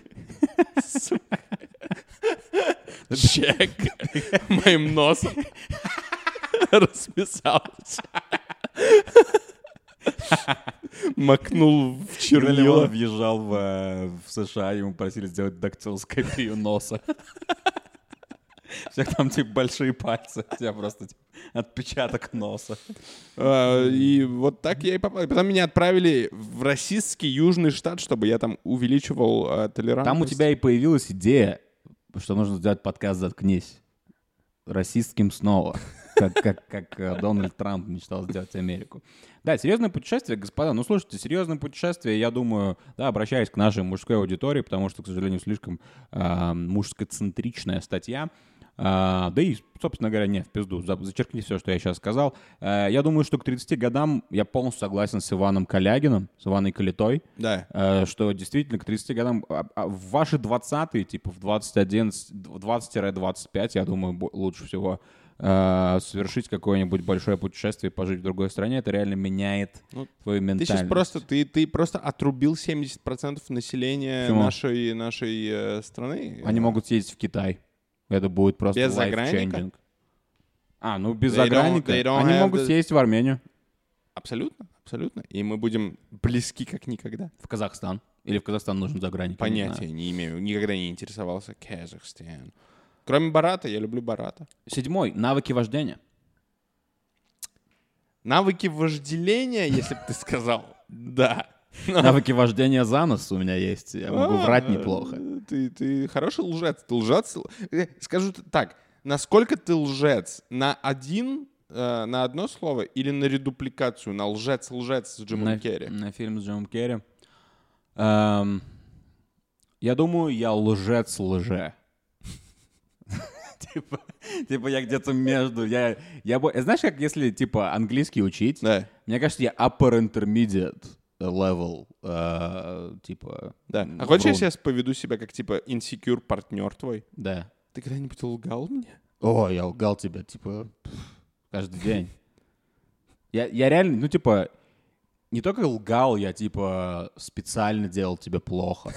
Чек. Моим носом. Расписался. Макнул в Когда Леон чернила. въезжал в, э, в США, ему просили сделать дактилоскопию носа. Всех там, типа, большие пальцы. У тебя просто типа, отпечаток носа. А, И вот так я и попал. Потом меня отправили в расистский Южный штат, чтобы я там увеличивал а, толерантность. Там у тебя и появилась идея, что нужно сделать подкаст «Заткнись». Расистским снова. Как, как, как э, Дональд Трамп мечтал сделать Америку. Да, серьезное путешествие, господа. Ну, слушайте, серьезное путешествие, я думаю, да, обращаясь к нашей мужской аудитории, потому что, к сожалению, слишком э, мужскоцентричная статья. А, да и, собственно говоря, не, в пизду, за- зачеркни все, что я сейчас сказал. Э, я думаю, что к тридцати годам я полностью согласен с Иваном Калягиным, с Иваной Калитой, Да. э, что действительно к тридцати годам, а- а в ваши двадцатые, типа в двадцать один, в двадцать-двадцать пять, я думаю, бо- лучше всего э, совершить какое-нибудь большое путешествие и пожить в другой стране. Это реально меняет Ну, твою Ты ментальность. сейчас просто, ты, ты просто отрубил семьдесят процентов населения Почему? нашей, нашей э, страны. Они могут съездить в Китай. Это будет просто Без загранника? life-changing. А, ну без They don't- загранника. they don't Они have могут the- съездить в Армению, Абсолютно, абсолютно. И мы будем близки как никогда. в Казахстан. Или в Казахстан нужен загранник. я не знаю. Понятия не имею. Никогда не интересовался Казахстан. Кроме Барата, я люблю Барата. Седьмой. Навыки вождения. Навыки вожделения, если бы ты сказал. Да. Навыки вождения за нос у меня есть. Я могу А, врать неплохо. Ты, ты хороший лжец. Ты лжец. Э, Скажу т- так. Насколько ты лжец? На один, э, на одно слово или на редупликацию? На лжец-лжец с Джимом на, Керри? на фильм с Джимом Керри. Эм, я думаю, я лжец-лже. Типа, типа я где-то между. Я, я, бо- знаешь, как если типа английский учить? Да. Мне кажется, я upper intermediate level. э, типа. Да. м, А хочешь, я врун. сейчас поведу себя как, типа, инсекюр партнер твой? Да. Ты когда-нибудь лгал мне? О, я лгал тебя, типа, пф, каждый день. Я, я реально, ну, типа, не только лгал, я, типа, специально делал тебе плохо.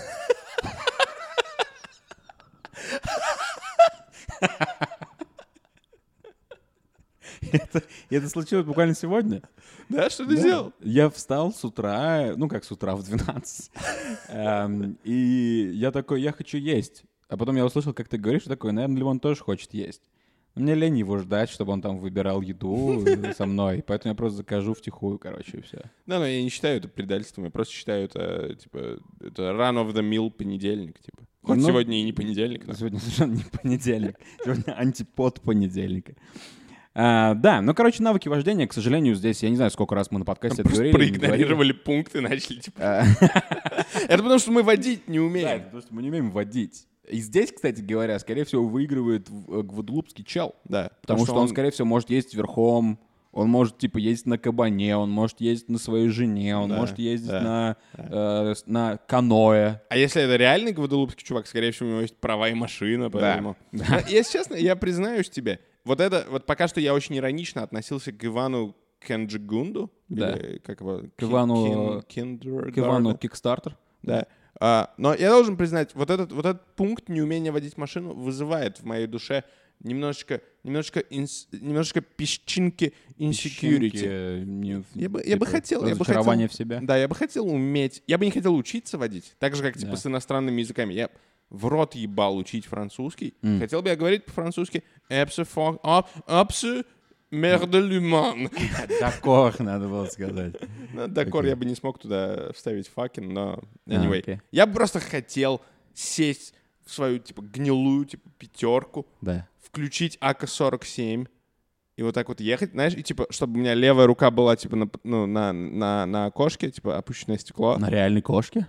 Это, это случилось буквально сегодня. Да, что ты Да. сделал? Я встал с утра, ну как с утра, в двенадцать. Эм, И я такой, я хочу есть. А потом я услышал, как ты говоришь, и такой, наверное, Левон тоже хочет есть. Мне лень его ждать, чтобы он там выбирал еду со мной. Поэтому я просто закажу втихую, короче, и все. Да, но я не считаю это предательством, я просто считаю это, типа, это run of the mill понедельник, типа. Хоть Ну, сегодня и не понедельник, но... Сегодня совершенно не понедельник. Сегодня антипод понедельника. А, да, ну, короче, навыки вождения, к сожалению, здесь, я не знаю, сколько раз мы на подкасте это Просто говорили. не говорили. проигнорировали пункты и начали, типа... А, Это потому, что мы водить не Да, умеем. это потому что мы не умеем водить. И здесь, кстати говоря, скорее всего, выигрывает в- гваделупский чел. Да. Потому что он, скорее всего, может ездить верхом, он может, типа, ездить на кабане, он может ездить на своей жене, он Да, может ездить да, на, э, с- на каноэ. А если это реальный гваделупский чувак, скорее всего, у него есть права и машина, поэтому... Да. Но, Если честно, я признаюсь тебе, вот это, вот пока что я очень иронично относился к Ивану Кенджигунду. Да. Или как его? К Ивану- Кин- Киндергарда. К Ивану Кикстартер. Да. А, но я должен признать, вот этот, вот этот пункт неумения водить машину вызывает в моей душе немножечко, немножечко, инс, немножечко песчинки insecurity. Песчинки, не, Я бы, я типа, бы хотел, я бы разочарование хотел, в себя. Да, я бы хотел уметь, я бы не хотел учиться водить, так же, как типа Да. с иностранными языками. Я в рот ебал учить французский. Mm. Хотел бы я говорить по-французски «Эпсе фон, апсе мерде люман». Дакор, надо было сказать. Ну, Дакор Окей. я бы не смог туда вставить факин, но А, anyway. окей. Я бы просто хотел сесть в свою типа гнилую типа пятерку, Да. включить а ка сорок семь и вот так вот ехать, знаешь, и типа, чтобы у меня левая рука была типа на, ну, на, на, на окошке, типа опущенное стекло. На реальной кошке?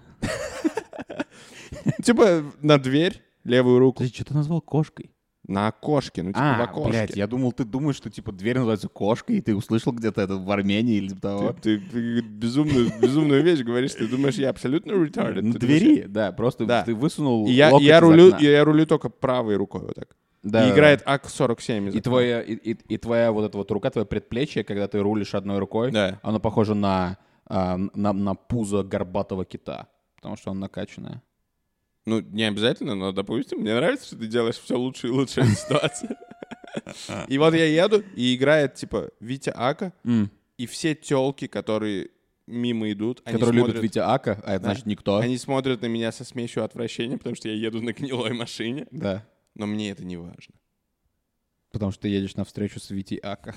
Типа на дверь, левую руку. Ты что ты назвал кошкой? На окошке, ну типа в А, окошке. блядь, я думал, ты думаешь, что типа дверь называется кошкой, и ты услышал где-то это в Армении или типа того. Ты, ты- ты безумную, безумную вещь говоришь, ты думаешь, я абсолютно retarded. На Ты думаешь, двери, да, просто Да. ты высунул И я, и локоть я, из рулю, окна. и я рулю только правой рукой вот так. Да, и да, играет да. а ка сорок семь. из И окна. твоя, и, и- и твоя вот эта вот рука, твое предплечье, когда ты рулишь одной рукой, Да. оно похоже на, а, на, на пузо горбатого кита, потому что он накачанное. Ну, не обязательно, но, допустим, мне нравится, что ты делаешь все лучше и лучше в ситуации. И вот я еду, и играет, типа, Витя Ака, М. и все телки, которые мимо идут, они Которые любят смотрят- Витя Ака, а это Да. значит никто. Они смотрят на меня со смесью отвращения, потому что я еду на гнилой машине, Да. но мне это не важно. Потому что ты едешь на встречу с Витей Ака.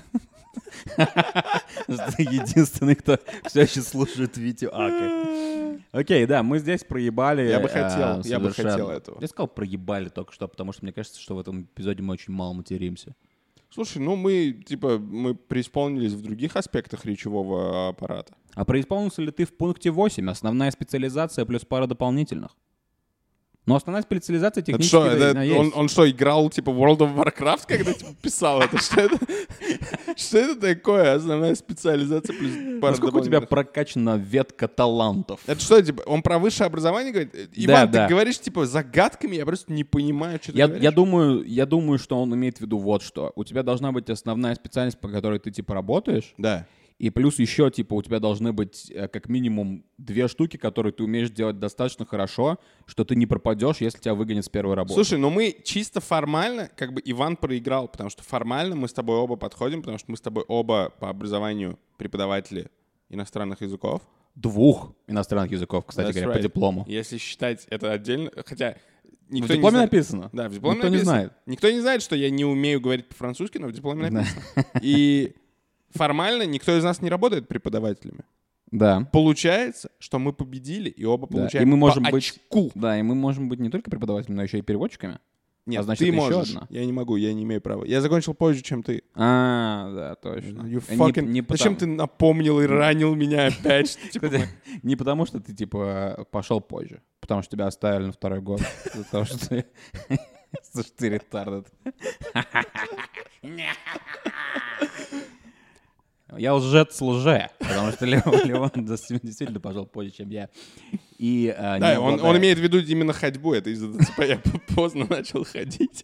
Ты единственный, кто все еще слушает Витю Ака. Окей, да, мы здесь проебали. Я бы э, хотел, я бы совершенно. хотел этого. Я сказал проебали только что, потому что мне кажется, что в этом эпизоде мы очень мало материмся. Слушай, ну мы, типа, мы преисполнились в других аспектах речевого аппарата. А преисполнился ли ты в пункте восемь? Основная специализация плюс пара дополнительных. Но основная специализация Это технически что, да, это она есть. он, он что, играл, типа, World of Warcraft, когда типа, писал это? Что это? Что это такое? Основная специализация плюс пара Насколько у тебя дополнительных? прокачана ветка талантов? Это что, типа, он про высшее образование говорит? Иван, ты да. говоришь, типа, загадками, я просто не понимаю, что ты Я, говоришь. я, думаю, я думаю, что он имеет в виду вот что. У тебя должна быть основная специальность, по которой ты, типа, работаешь. Да. И плюс еще, типа, у тебя должны быть э, как минимум две штуки, которые ты умеешь делать достаточно хорошо, что ты не пропадешь, если тебя выгонят с первой работы. Слушай, ну мы чисто формально, как бы Иван проиграл, потому что формально мы с тобой оба подходим, потому что мы с тобой оба по образованию преподаватели иностранных языков. Двух иностранных языков, кстати That's говоря, right. по диплому. Если считать это отдельно, хотя В никто дипломе не знает. написано. Да, в дипломе Никто не написано. знает. Никто не знает, что я не умею говорить по-французски, но в дипломе Да. написано. И формально никто из нас не работает преподавателями. Да. Получается, что мы победили, и оба Да, получаем и мы можем по быть- очку. Да, и мы можем быть не только преподавателями, но еще и переводчиками. Нет, А значит, ты это еще можешь. одна. Я не могу, я не имею права. Я закончил позже, чем ты. А, да, точно. You Не- fucking... не Зачем потому- ты напомнил и ранил меня опять? что, типа, Кстати, не потому, что ты, типа, пошел позже. Потому что тебя оставили на второй год. За то, что ты... За что ты ретардед. Я лжец лже, потому что Леон, Леон действительно пошел позже, чем я. И, а, не Да, он, он обладая- имеет в виду именно ходьбу. Это из-за ДЦП я поздно начал ходить.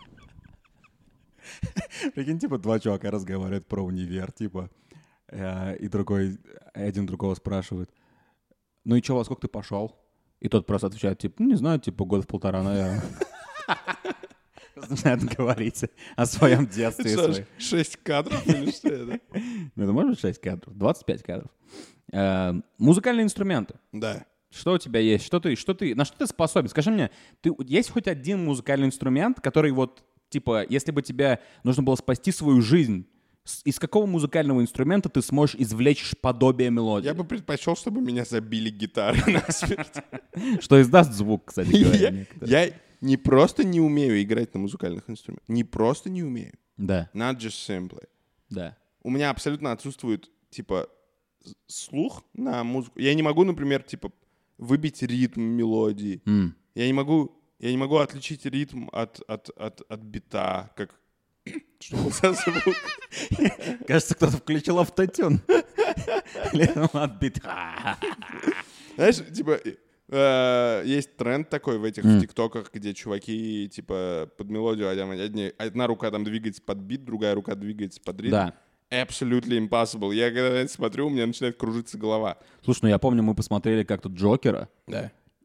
Прикинь, типа, два чувака разговаривают про универ, типа, э, и другой, один другого спрашивает, ну и чё, во сколько ты пошел? И тот просто отвечает, типа, ну не знаю, типа, год в полтора, наверное. Начинает говорить о своем детстве. и Что ж, своей- шесть кадров или что это? Ну, это может быть шесть кадров, двадцать пять кадров. Э, Музыкальные инструменты. Да. Что у тебя есть? Что ты, что ты, на что ты способен? Скажи мне, ты, есть хоть один музыкальный инструмент, который вот, типа, если бы тебе нужно было спасти свою жизнь, с- из какого музыкального инструмента ты сможешь извлечь подобие мелодии? Я бы предпочел, чтобы меня забили гитарой насмерть. Что издаст звук, кстати говоря. Я некоторые. я не просто не умею играть на музыкальных инструментах. Не просто не умею. Да, Not just simply. да. У меня абсолютно отсутствует, типа, с- слух на музыку. Я не могу, например, типа, выбить ритм мелодии. М. Я не могу, я не могу отличить ритм от, от, от, от бита, как... Что был за звук? Кажется, кто-то включил автотюн. Летом отбит. Знаешь, типа, э, есть тренд такой в этих в тиктоках, где чуваки, типа, под мелодию, одни- одни- одна рука там двигается под бит, другая рука двигается под ритм. Да. Absolutely impossible. Я когда на это смотрю, у меня начинает кружиться голова. Слушай, ну я помню, мы посмотрели как-то Джокера. Да.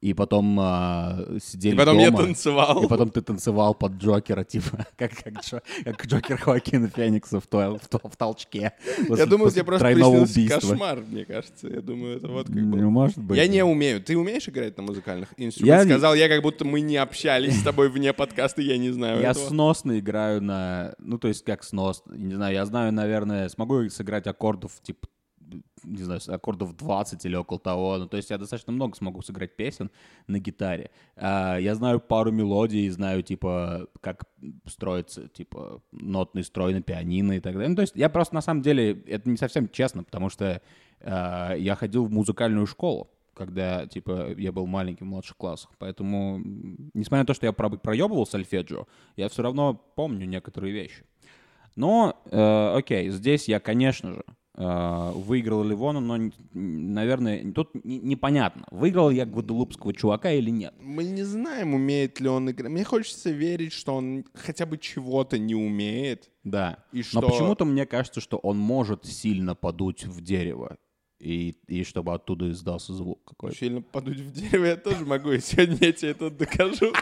и потом э, сидели И потом дома. я танцевал. И потом ты танцевал под Джокера, типа, как, как, Джо, как Джокер Хоакина Феникса в, то, в, то, в толчке. Я думаю, тебе просто приснился убийства. кошмар, мне кажется. Я думаю, это вот как бы... Ну, может быть. Я не умею. Ты умеешь играть на музыкальных инструментах? Я... Сказал я, как будто мы не общались с тобой вне подкаста, я не знаю Я этого. сносно играю на... Ну, то есть, как сносно. Не знаю, я знаю, наверное, смогу сыграть аккордов, типа, не знаю, аккордов двадцать или около того. Ну, то есть я достаточно много смогу сыграть песен на гитаре. А, я знаю пару мелодий, знаю, типа, как строится, типа, нотный строй на пианино и так далее. Ну, то есть я просто, на самом деле, это не совсем честно, потому что а, я ходил в музыкальную школу, когда, типа, я был маленьким в младших классах. Поэтому, несмотря на то, что я про- проебывал сольфеджио, я все равно помню некоторые вещи. Но, э, окей, здесь я, конечно же, выиграл Ливона, но, наверное, тут непонятно, выиграл я гваделупского чувака или нет. Мы не знаем, умеет ли он играть. Мне хочется верить, что он хотя бы чего-то не умеет. Да, и что... но почему-то мне кажется, что он может сильно подуть в дерево, и, и чтобы оттуда издался звук какой-то. Сильно подуть в дерево я тоже могу, и сегодня я тебе это докажу.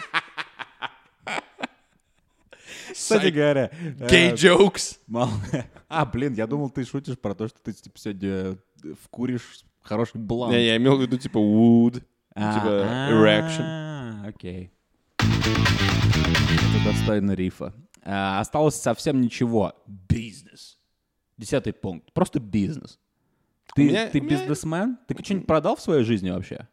Кстати говоря... Gay jokes. А, блин, я думал, ты шутишь про то, что ты типа, сегодня вкуришь хороший блант. Не, я имел в виду типа wood, типа erection. Окей. Это достойно рифа. Осталось совсем ничего. Бизнес. Десятый пункт. Просто бизнес. Ты бизнесмен? Ты что-нибудь продал в своей жизни вообще?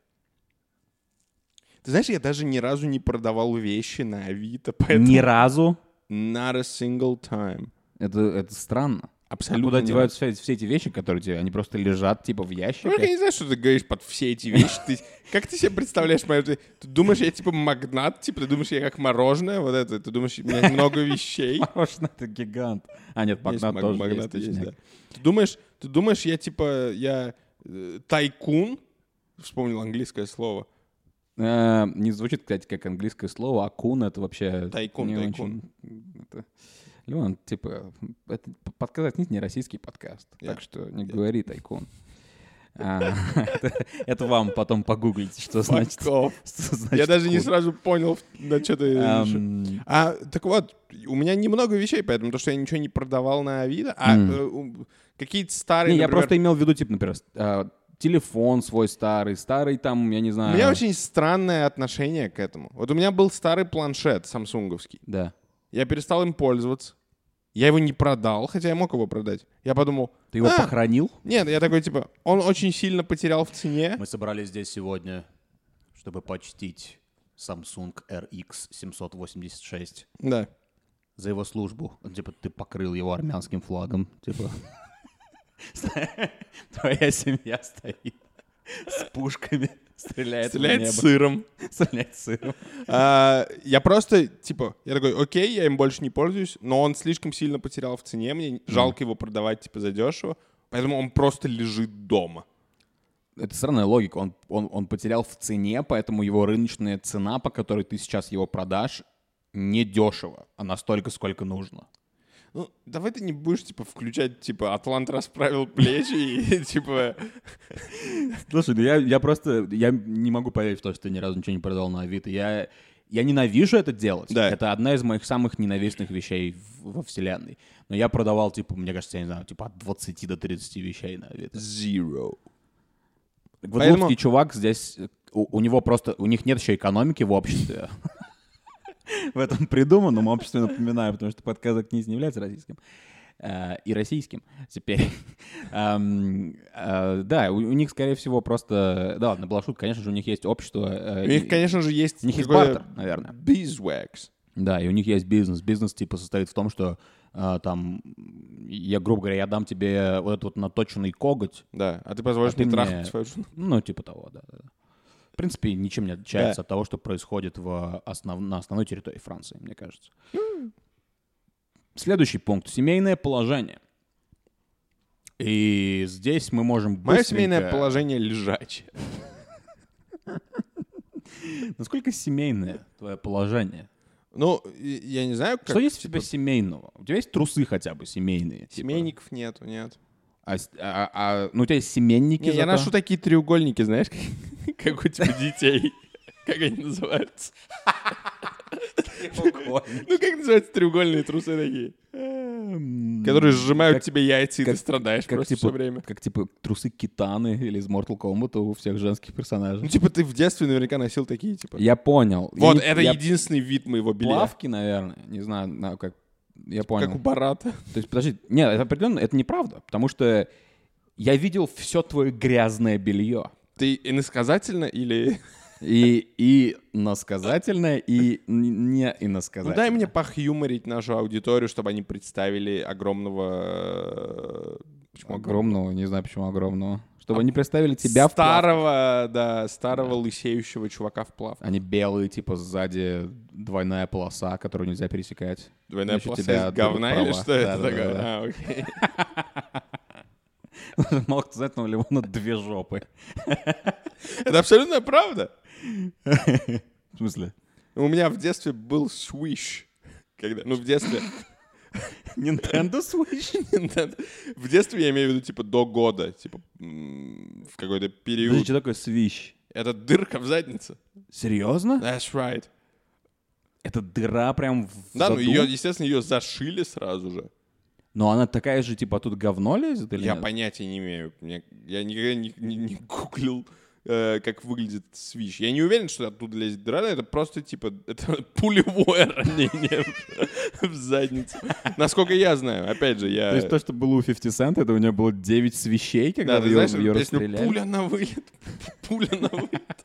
Ты знаешь, я даже ни разу не продавал вещи на Авито, поэтому... Ни разу? Not a single time. Это, это странно. Абсолютно. А куда деваются все, все эти вещи, которые у тебя? Они просто лежат, типа, в ящике? Ну, я не знаю, что ты говоришь под все эти вещи. Ты, как ты себе представляешь мою... Ты, ты думаешь, я типа магнат? Типа, ты думаешь, я как мороженое? Вот это? Ты думаешь, у меня много вещей? Мороженое — это гигант. А, нет, магнат есть, тоже магнат есть. есть, да. Ты думаешь, ты думаешь, я типа, я э, тайкун? Вспомнил английское слово. А, не звучит, кстати, как английское слово. Акун — это вообще... Тайкун, не тайкун. Очень... Это... Леон, типа, это подкаст не российский подкаст, Yeah. так что не Yeah. говори тайкун. А, это, это вам потом погуглите, что значит. Что значит. Я даже не сразу понял, на что ты... Um... А, так вот, у меня немного вещей, поэтому то, что я ничего не продавал на Авито, а mm. какие-то старые, не, например... я просто имел в виду, типа, например, телефон свой старый, старый там, я не знаю... У меня очень странное отношение к этому. Вот у меня был старый планшет самсунговский. Да. Я перестал им пользоваться. Я его не продал, хотя я мог его продать. Я подумал... Ты его а, похоронил? Нет, я такой, типа, он очень сильно потерял в цене. Мы собрались здесь сегодня, чтобы почтить Samsung эр икс семьсот восемьдесят шесть. Да. За его службу. Типа, ты покрыл его армянским флагом. Типа, твоя семья стоит с пушками. Стреляет, Стреляет с сыром. Стреляет с сыром. А, я просто, типа, я такой, окей, я им больше не пользуюсь, но он слишком сильно потерял в цене, мне mm. жалко его продавать, типа, задешево, поэтому он просто лежит дома. Это странная логика. Он, он, он потерял в цене, поэтому его рыночная цена, по которой ты сейчас его продашь, не дешево, а настолько, сколько нужно. Ну, давай ты не будешь, типа, включать, типа, Атлант расправил плечи и, типа... Слушай, ну я, я просто, я не могу поверить в то, что ты ни разу ничего не продал на Авито. Я, я ненавижу это делать. Да. Это одна из моих самых ненавистных вещей в, во вселенной. Но я продавал, типа, мне кажется, я не знаю, типа, от двадцати до тридцати вещей на Авито. Zero. Гваделупский Поэтому... чувак здесь, у, у него просто, у них нет еще экономики в обществе. В этом придуманном обществе, напоминаю, потому что подкаст не является российским. И российским теперь. Да, у них, скорее всего, просто... Да ладно, была шутка, конечно же, у них есть общество. У них, конечно же, есть... У них есть бартер, наверное. Beeswax. Да, и у них есть бизнес. Бизнес, типа, состоит в том, что там, я, грубо говоря, я дам тебе вот этот вот наточенный коготь. Да, а ты позволишь мне трахнуть свою жену? Ну, типа того, да, да. В принципе, ничем не отличается да. от того, что происходит в основ... на основной территории Франции, мне кажется. Mm. Следующий пункт. Семейное положение. И здесь мы можем быстренько... Мое семейное положение лежачее. Насколько семейное твое положение? Ну, я не знаю, как... Что есть у тебя семейного? У тебя есть трусы хотя бы семейные? Семейников типа? Нету, нет. А, а, а, ну, у тебя есть семейники? Не, я ношу такие треугольники, знаешь, как, как у тебя детей. Как они называются? Ну, как называются треугольные трусы такие? Которые сжимают тебе яйца, и ты страдаешь просто все время. Как, типа, трусы Китаны или из Mortal Kombat у всех женских персонажей. Ну, типа, ты в детстве наверняка носил такие, типа. Я понял. Вот, я это я... единственный вид моего белья. Плавки, наверное. Не знаю, как... Я понял. Как у Барата. То есть, подожди. Нет, это определенно, это неправда. Потому что я видел все твое грязное белье. Ты иносказательно или... И, и насказательное, и не иносказательное. Ну дай мне похьюморить нашу аудиторию, чтобы они представили огромного... Почему огромного? Не знаю, почему огромного. Чтобы а они представили тебя старого, в да, старого да. лысеющего чувака в плавках. Они белые, типа сзади двойная полоса, которую нельзя пересекать. Двойная полоса из говна или что это такое? А, окей. Мало кто знает, но у Лимона две жопы. Это абсолютно правда. В смысле? У меня в детстве был Swish. Когда, ну, в детстве... Nintendo Switch? Nintendo. В детстве я имею в виду, типа, до года. Типа, в какой-то период. Подожди, что такое Switch? Это дырка в заднице. Серьезно? That's right. Это дыра прям в Да, заду? ну, ее, естественно, ее зашили сразу же. Но она такая же, типа, тут говно лезет или Я нет? понятия не имею. Я, я никогда не, не, не гуглил, э, как выглядит Switch. Я не уверен, что оттуда лезет дыра. Это просто, типа, это пулевое ранение в задницу. Насколько я знаю. Опять же, я... То есть то, что было у фифти Cent, это у него было девять свищей, когда да, ее, знаешь, ее песню расстреляли? «Пуля на вылет». Пуля на вылет.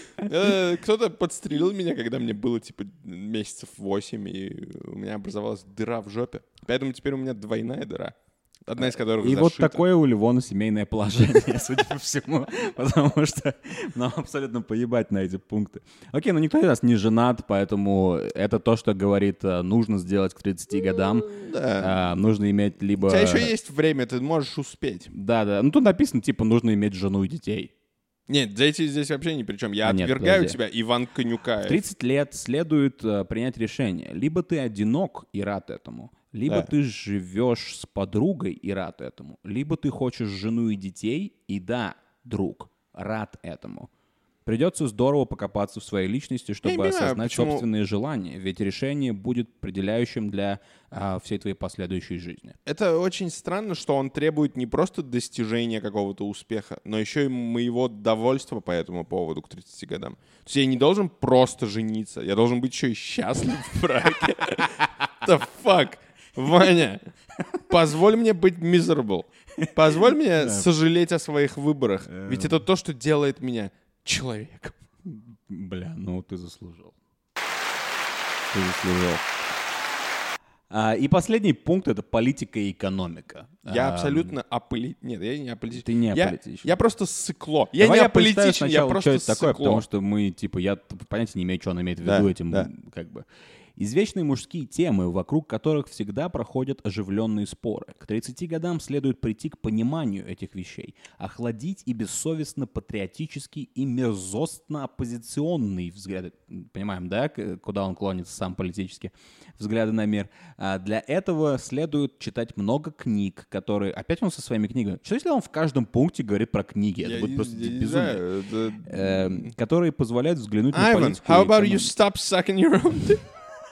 Э, кто-то подстрелил меня, когда мне было, типа, месяцев восемь, и у меня образовалась дыра в жопе. Поэтому теперь у меня двойная дыра. Одна из которых И зашита. вот такое у Ливона семейное положение, судя по всему, потому что нам абсолютно поебать на эти пункты. Окей, ну никто из нас не женат, поэтому это то, что говорит, нужно сделать к тридцати годам. Да. А, нужно иметь либо... У тебя еще есть время, ты можешь успеть. Да-да, ну тут написано, типа, нужно иметь жену и детей. Нет, дети здесь вообще ни при чем. Я а нет, отвергаю подожди. тебя, Иван Конюкаев. В тридцать лет следует uh, принять решение. Либо ты одинок и рад этому, либо Да. ты живешь с подругой и рад этому, либо ты хочешь жену и детей, и да, друг, рад этому. Придется здорово покопаться в своей личности, чтобы понимаю, осознать почему... собственные желания, ведь решение будет определяющим для а, всей твоей последующей жизни. Это очень странно, что он требует не просто достижения какого-то успеха, но еще и моего довольства по этому поводу к тридцати годам. То есть я не должен просто жениться, я должен быть еще и счастлив в браке. The fuck? Ваня, позволь мне быть miserable. Позволь мне сожалеть о своих выборах. Ведь это то, что делает меня человеком. Бля, ну ты заслужил. Ты заслужил. А, и последний пункт — это политика и экономика. Я а, абсолютно аполитичен. Нет, я не аполитичен. Ты не я, аполитичен. Я просто сыкло. Я Давай не я прочитаю аполитичен, я сначала, просто что это такое, сыкло. потому что мы, типа, я понятия не имею, что он имеет в виду Да, этим, да. как бы. Извечные мужские темы, вокруг которых всегда проходят оживленные споры. К тридцати годам следует прийти к пониманию этих вещей, охладить и бессовестно патриотический и мерзостно оппозиционный взгляд. Понимаем, да, куда он клонится сам политически, взгляды на мир. А для этого следует читать много книг, которые... Опять он со своими книгами. Что если он в каждом пункте говорит про книги? Это Я будет не- просто я не безумие. знаю, это- Эм, которые позволяют взглянуть на Ivan, политику. how и about you экономику. stop sucking your own dick?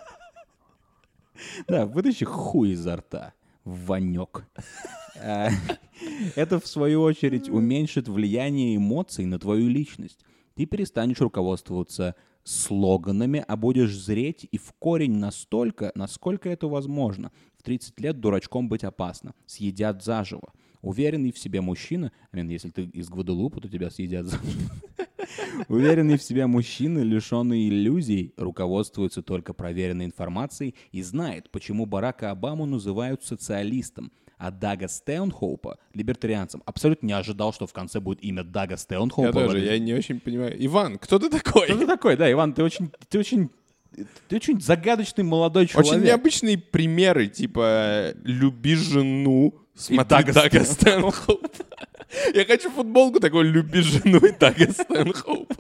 Да, вытащи хуй изо рта, Ванек. А, Это, в свою очередь, уменьшит влияние эмоций на твою личность. Ты перестанешь руководствоваться слоганами, а будешь зреть и в корень настолько, насколько это возможно. В тридцать лет дурачком быть опасно. Съедят заживо. Уверенный в себе мужчина, I mean, если ты из Гваделупа, то тебя съедят заживо. Уверенный в себе мужчина, лишенный иллюзий, руководствуется только проверенной информацией и знает, почему Барака Обаму называют социалистом, а Дага Стэнхоупа — либертарианцем. Абсолютно не ожидал, что в конце будет имя Дага Стэнхоупа. Я тоже, я не очень понимаю. Иван, кто ты такой? Кто ты такой? Да, Иван, ты очень, ты очень, ты очень загадочный молодой человек. Очень необычные примеры, типа «люби жену», смотри Дага Дага Стэнхоупа. Я хочу футболку такой «люби жену» и Дага Стэнхоупа.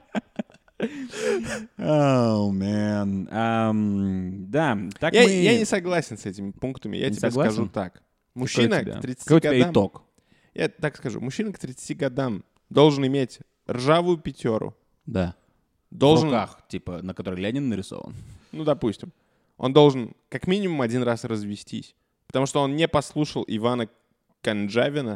Oh, man. Um, да, так Я, мы... я не согласен с этими пунктами, я Не тебе согласен? скажу так. Какой Мужчина у тебя? к тридцати Какой у тебя годам... итог? Я так скажу. Мужчина к тридцати годам должен иметь ржавую пятеру, Да. должен... В руках, типа, на которой Ленин нарисован. Ну, допустим. Он должен как минимум один раз развестись. Потому что он не послушал Ивана Конджавина,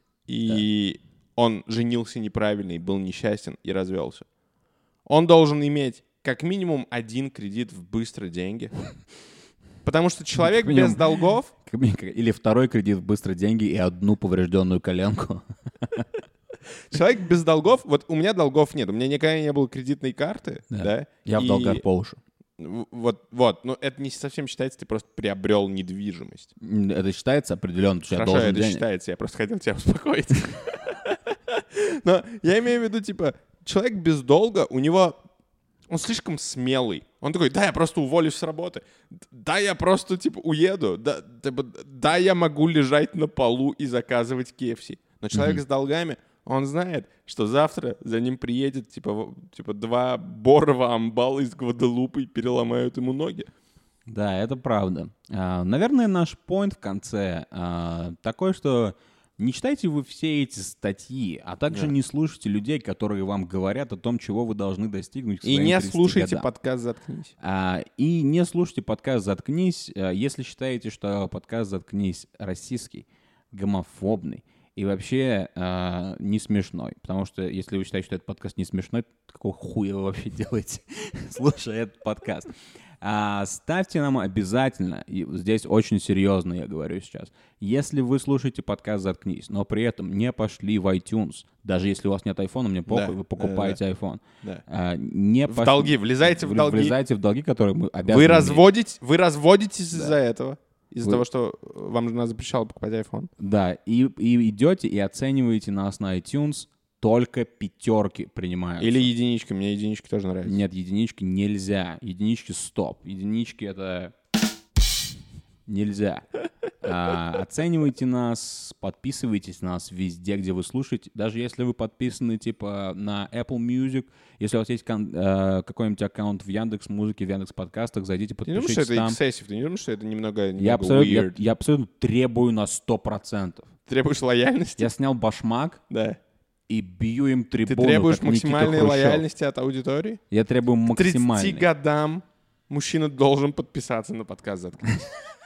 и да. он женился неправильно, и был несчастен, и развелся. Он должен иметь как минимум один кредит в быстрые деньги. Потому что человек минимум, без долгов... Или второй кредит в быстрые деньги и одну поврежденную коленку. Человек без долгов... Вот у меня долгов нет. У меня никогда не было кредитной карты. Да. Да? Я и... в долгах по уши. Вот, вот. Но это не совсем считается, ты просто приобрел недвижимость. Это считается определенно, что Хорошо, я должен это денег. считается. Я просто хотел тебя успокоить. Но я имею в виду, типа, человек без долга, у него... Он слишком смелый. Он такой, да, я просто уволюсь с работы. Да, я просто, типа, уеду. Да, типа, да я могу лежать на полу и заказывать кей эф си. Но человек mm-hmm. с долгами, он знает, что завтра за ним приедет, типа, типа два борова амбала из Гваделупы и переломают ему ноги. Да, это правда. А, наверное, наш поинт в конце а, такой, что... Не читайте вы все эти статьи, а также yeah. не слушайте людей, которые вам говорят о том, чего вы должны достигнуть к своим И не слушайте годам. подкаст «Заткнись». А, и не слушайте подкаст «Заткнись», если считаете, что подкаст «Заткнись» российский, гомофобный и вообще а, не смешной. Потому что если вы считаете, что этот подкаст не смешной, какого хуя вы вообще делаете, слушая этот подкаст? А, ставьте нам обязательно, и здесь очень серьезно я говорю сейчас, если вы слушаете подкаст «Заткнись», но при этом не пошли в iTunes, даже если у вас нет айфона, мне похуй, да, вы покупаете да, iPhone. Да. А, не в пош... долги, влезайте в долги. Влезайте в долги, которые мы обязаны Вы, разводите, вы разводитесь да. из-за этого, из-за вы... того, что вам жена запрещала покупать iPhone. Да, и, и идете и оцениваете нас на iTunes, только пятерки принимаются. Или единички. Мне единички тоже нравятся. Нет, единички нельзя. Единички стоп. Единички — это нельзя. А, оценивайте нас, подписывайтесь на нас везде, где вы слушаете. Даже если вы подписаны типа на Apple Music, если у вас есть кон- э, какой-нибудь аккаунт в Яндекс.Музыке, в Яндекс.Подкастах, зайдите, подпишитесь там. Ты не думаешь, что это excessive? Ты не думаешь, что это немного, немного я абсолютно, weird? Я, я абсолютно требую на сто процентов. Требуешь лояльности? Я снял башмак. Да. И бью им трибуну. Ты требуешь как максимальной лояльности от аудитории? Я требую максимальной. К тридцати годам мужчина должен подписаться на подкаст «Заткнись».